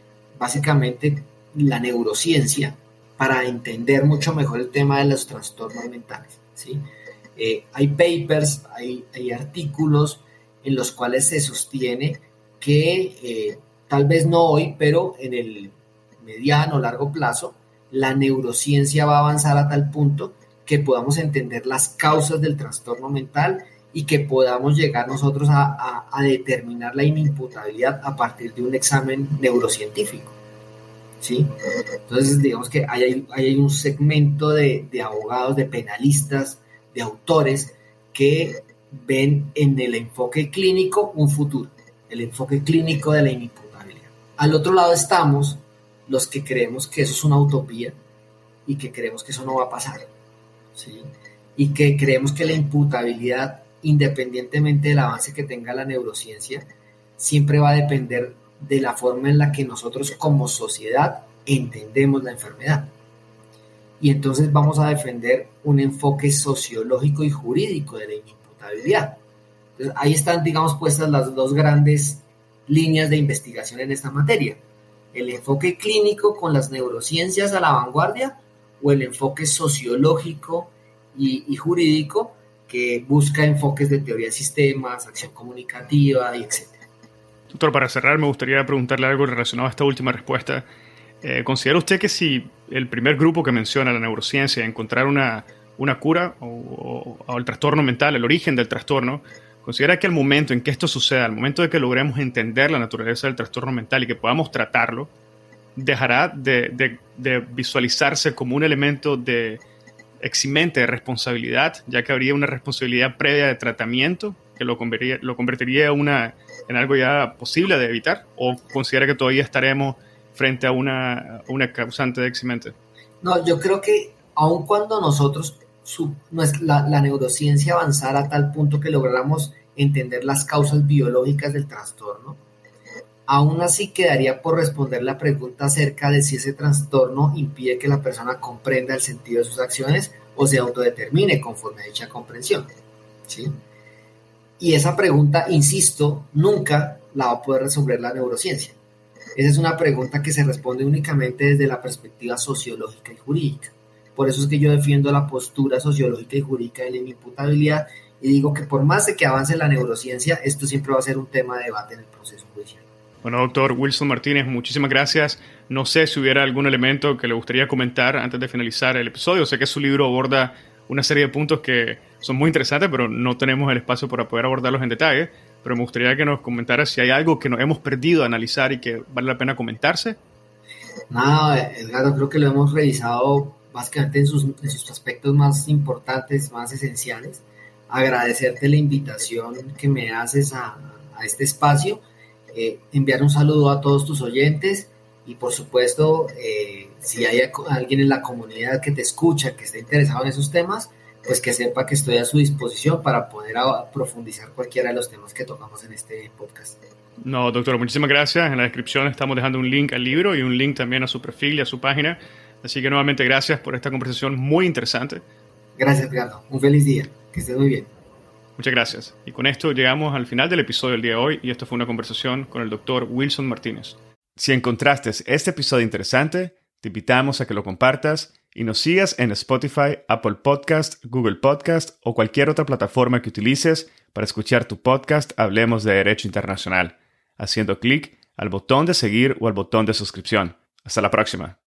básicamente la neurociencia, para entender mucho mejor el tema de los trastornos mentales, ¿sí? Eh, hay papers, hay, hay artículos en los cuales se sostiene que eh, tal vez no hoy, pero en el mediano o largo plazo, la neurociencia va a avanzar a tal punto que podamos entender las causas del trastorno mental y que podamos llegar nosotros a, a, a determinar la inimputabilidad a partir de un examen neurocientífico, ¿sí? Entonces, digamos que hay, hay un segmento de, de abogados, de penalistas, de autores que ven en el enfoque clínico un futuro, el enfoque clínico de la inimputabilidad. Al otro lado estamos los que creemos que eso es una utopía y que creemos que eso no va a pasar, ¿sí? Y que creemos que la imputabilidad, independientemente del avance que tenga la neurociencia, siempre va a depender de la forma en la que nosotros como sociedad entendemos la enfermedad. Y entonces vamos a defender un enfoque sociológico y jurídico de la inimputabilidad. Entonces, ahí están, digamos, puestas las dos grandes líneas de investigación en esta materia. El enfoque clínico con las neurociencias a la vanguardia o el enfoque sociológico y, y jurídico que busca enfoques de teoría de sistemas, acción comunicativa y etcétera. Doctor, para cerrar me gustaría preguntarle algo relacionado a esta última respuesta. Eh, ¿Considera usted que si el primer grupo que menciona la neurociencia, encontrar una, una cura o, o, o el trastorno mental, el origen del trastorno, considera que el momento en que esto suceda, el momento de que logremos entender la naturaleza del trastorno mental y que podamos tratarlo, dejará de, de, de visualizarse como un elemento de eximente de responsabilidad, ya que habría una responsabilidad previa de tratamiento que lo convertiría, lo convertiría una, en algo ya posible de evitar, o considera que todavía estaremos frente a una, una causante de eximente. No, yo creo que aun cuando nosotros, su, la, la neurociencia avanzara a tal punto que lográramos entender las causas biológicas del trastorno, aún así quedaría por responder la pregunta acerca de si ese trastorno impide que la persona comprenda el sentido de sus acciones o se autodetermine conforme a dicha comprensión, ¿sí? Y esa pregunta, insisto, nunca la va a poder resolver la neurociencia. Esa es una pregunta que se responde únicamente desde la perspectiva sociológica y jurídica. Por eso es que yo defiendo la postura sociológica y jurídica de la inimputabilidad y digo que por más de que avance la neurociencia, esto siempre va a ser un tema de debate en el proceso judicial. Bueno, doctor Wilson Martínez, muchísimas gracias. No sé si hubiera algún elemento que le gustaría comentar antes de finalizar el episodio. Sé que su libro aborda una serie de puntos que son muy interesantes, pero no tenemos el espacio para poder abordarlos en detalle. Pero me gustaría que nos comentara si hay algo que nos hemos perdido a analizar y que vale la pena comentarse. Nada, Edgardo, creo que lo hemos revisado básicamente en sus, en sus aspectos más importantes, más esenciales. Agradecerte la invitación que me haces a, a este espacio, eh, enviar un saludo a todos tus oyentes y por supuesto, eh, si hay alguien en la comunidad que te escucha, que esté interesado en esos temas, pues que sepa que estoy a su disposición para poder a, profundizar cualquiera de los temas que tocamos en este podcast. No, doctor, muchísimas gracias. En la descripción estamos dejando un link al libro y un link también a su perfil y a su página. Así que nuevamente gracias por esta conversación muy interesante. Gracias, Edgardo. Un feliz día. Que estés muy bien. Muchas gracias. Y con esto llegamos al final del episodio del día de hoy y esto fue una conversación con el doctor Wilson Martínez. Si encontraste este episodio interesante, te invitamos a que lo compartas y nos sigas en Spotify, Apple Podcast, Google Podcast o cualquier otra plataforma que utilices para escuchar tu podcast Hablemos de Derecho Internacional, haciendo clic al botón de seguir o al botón de suscripción. Hasta la próxima.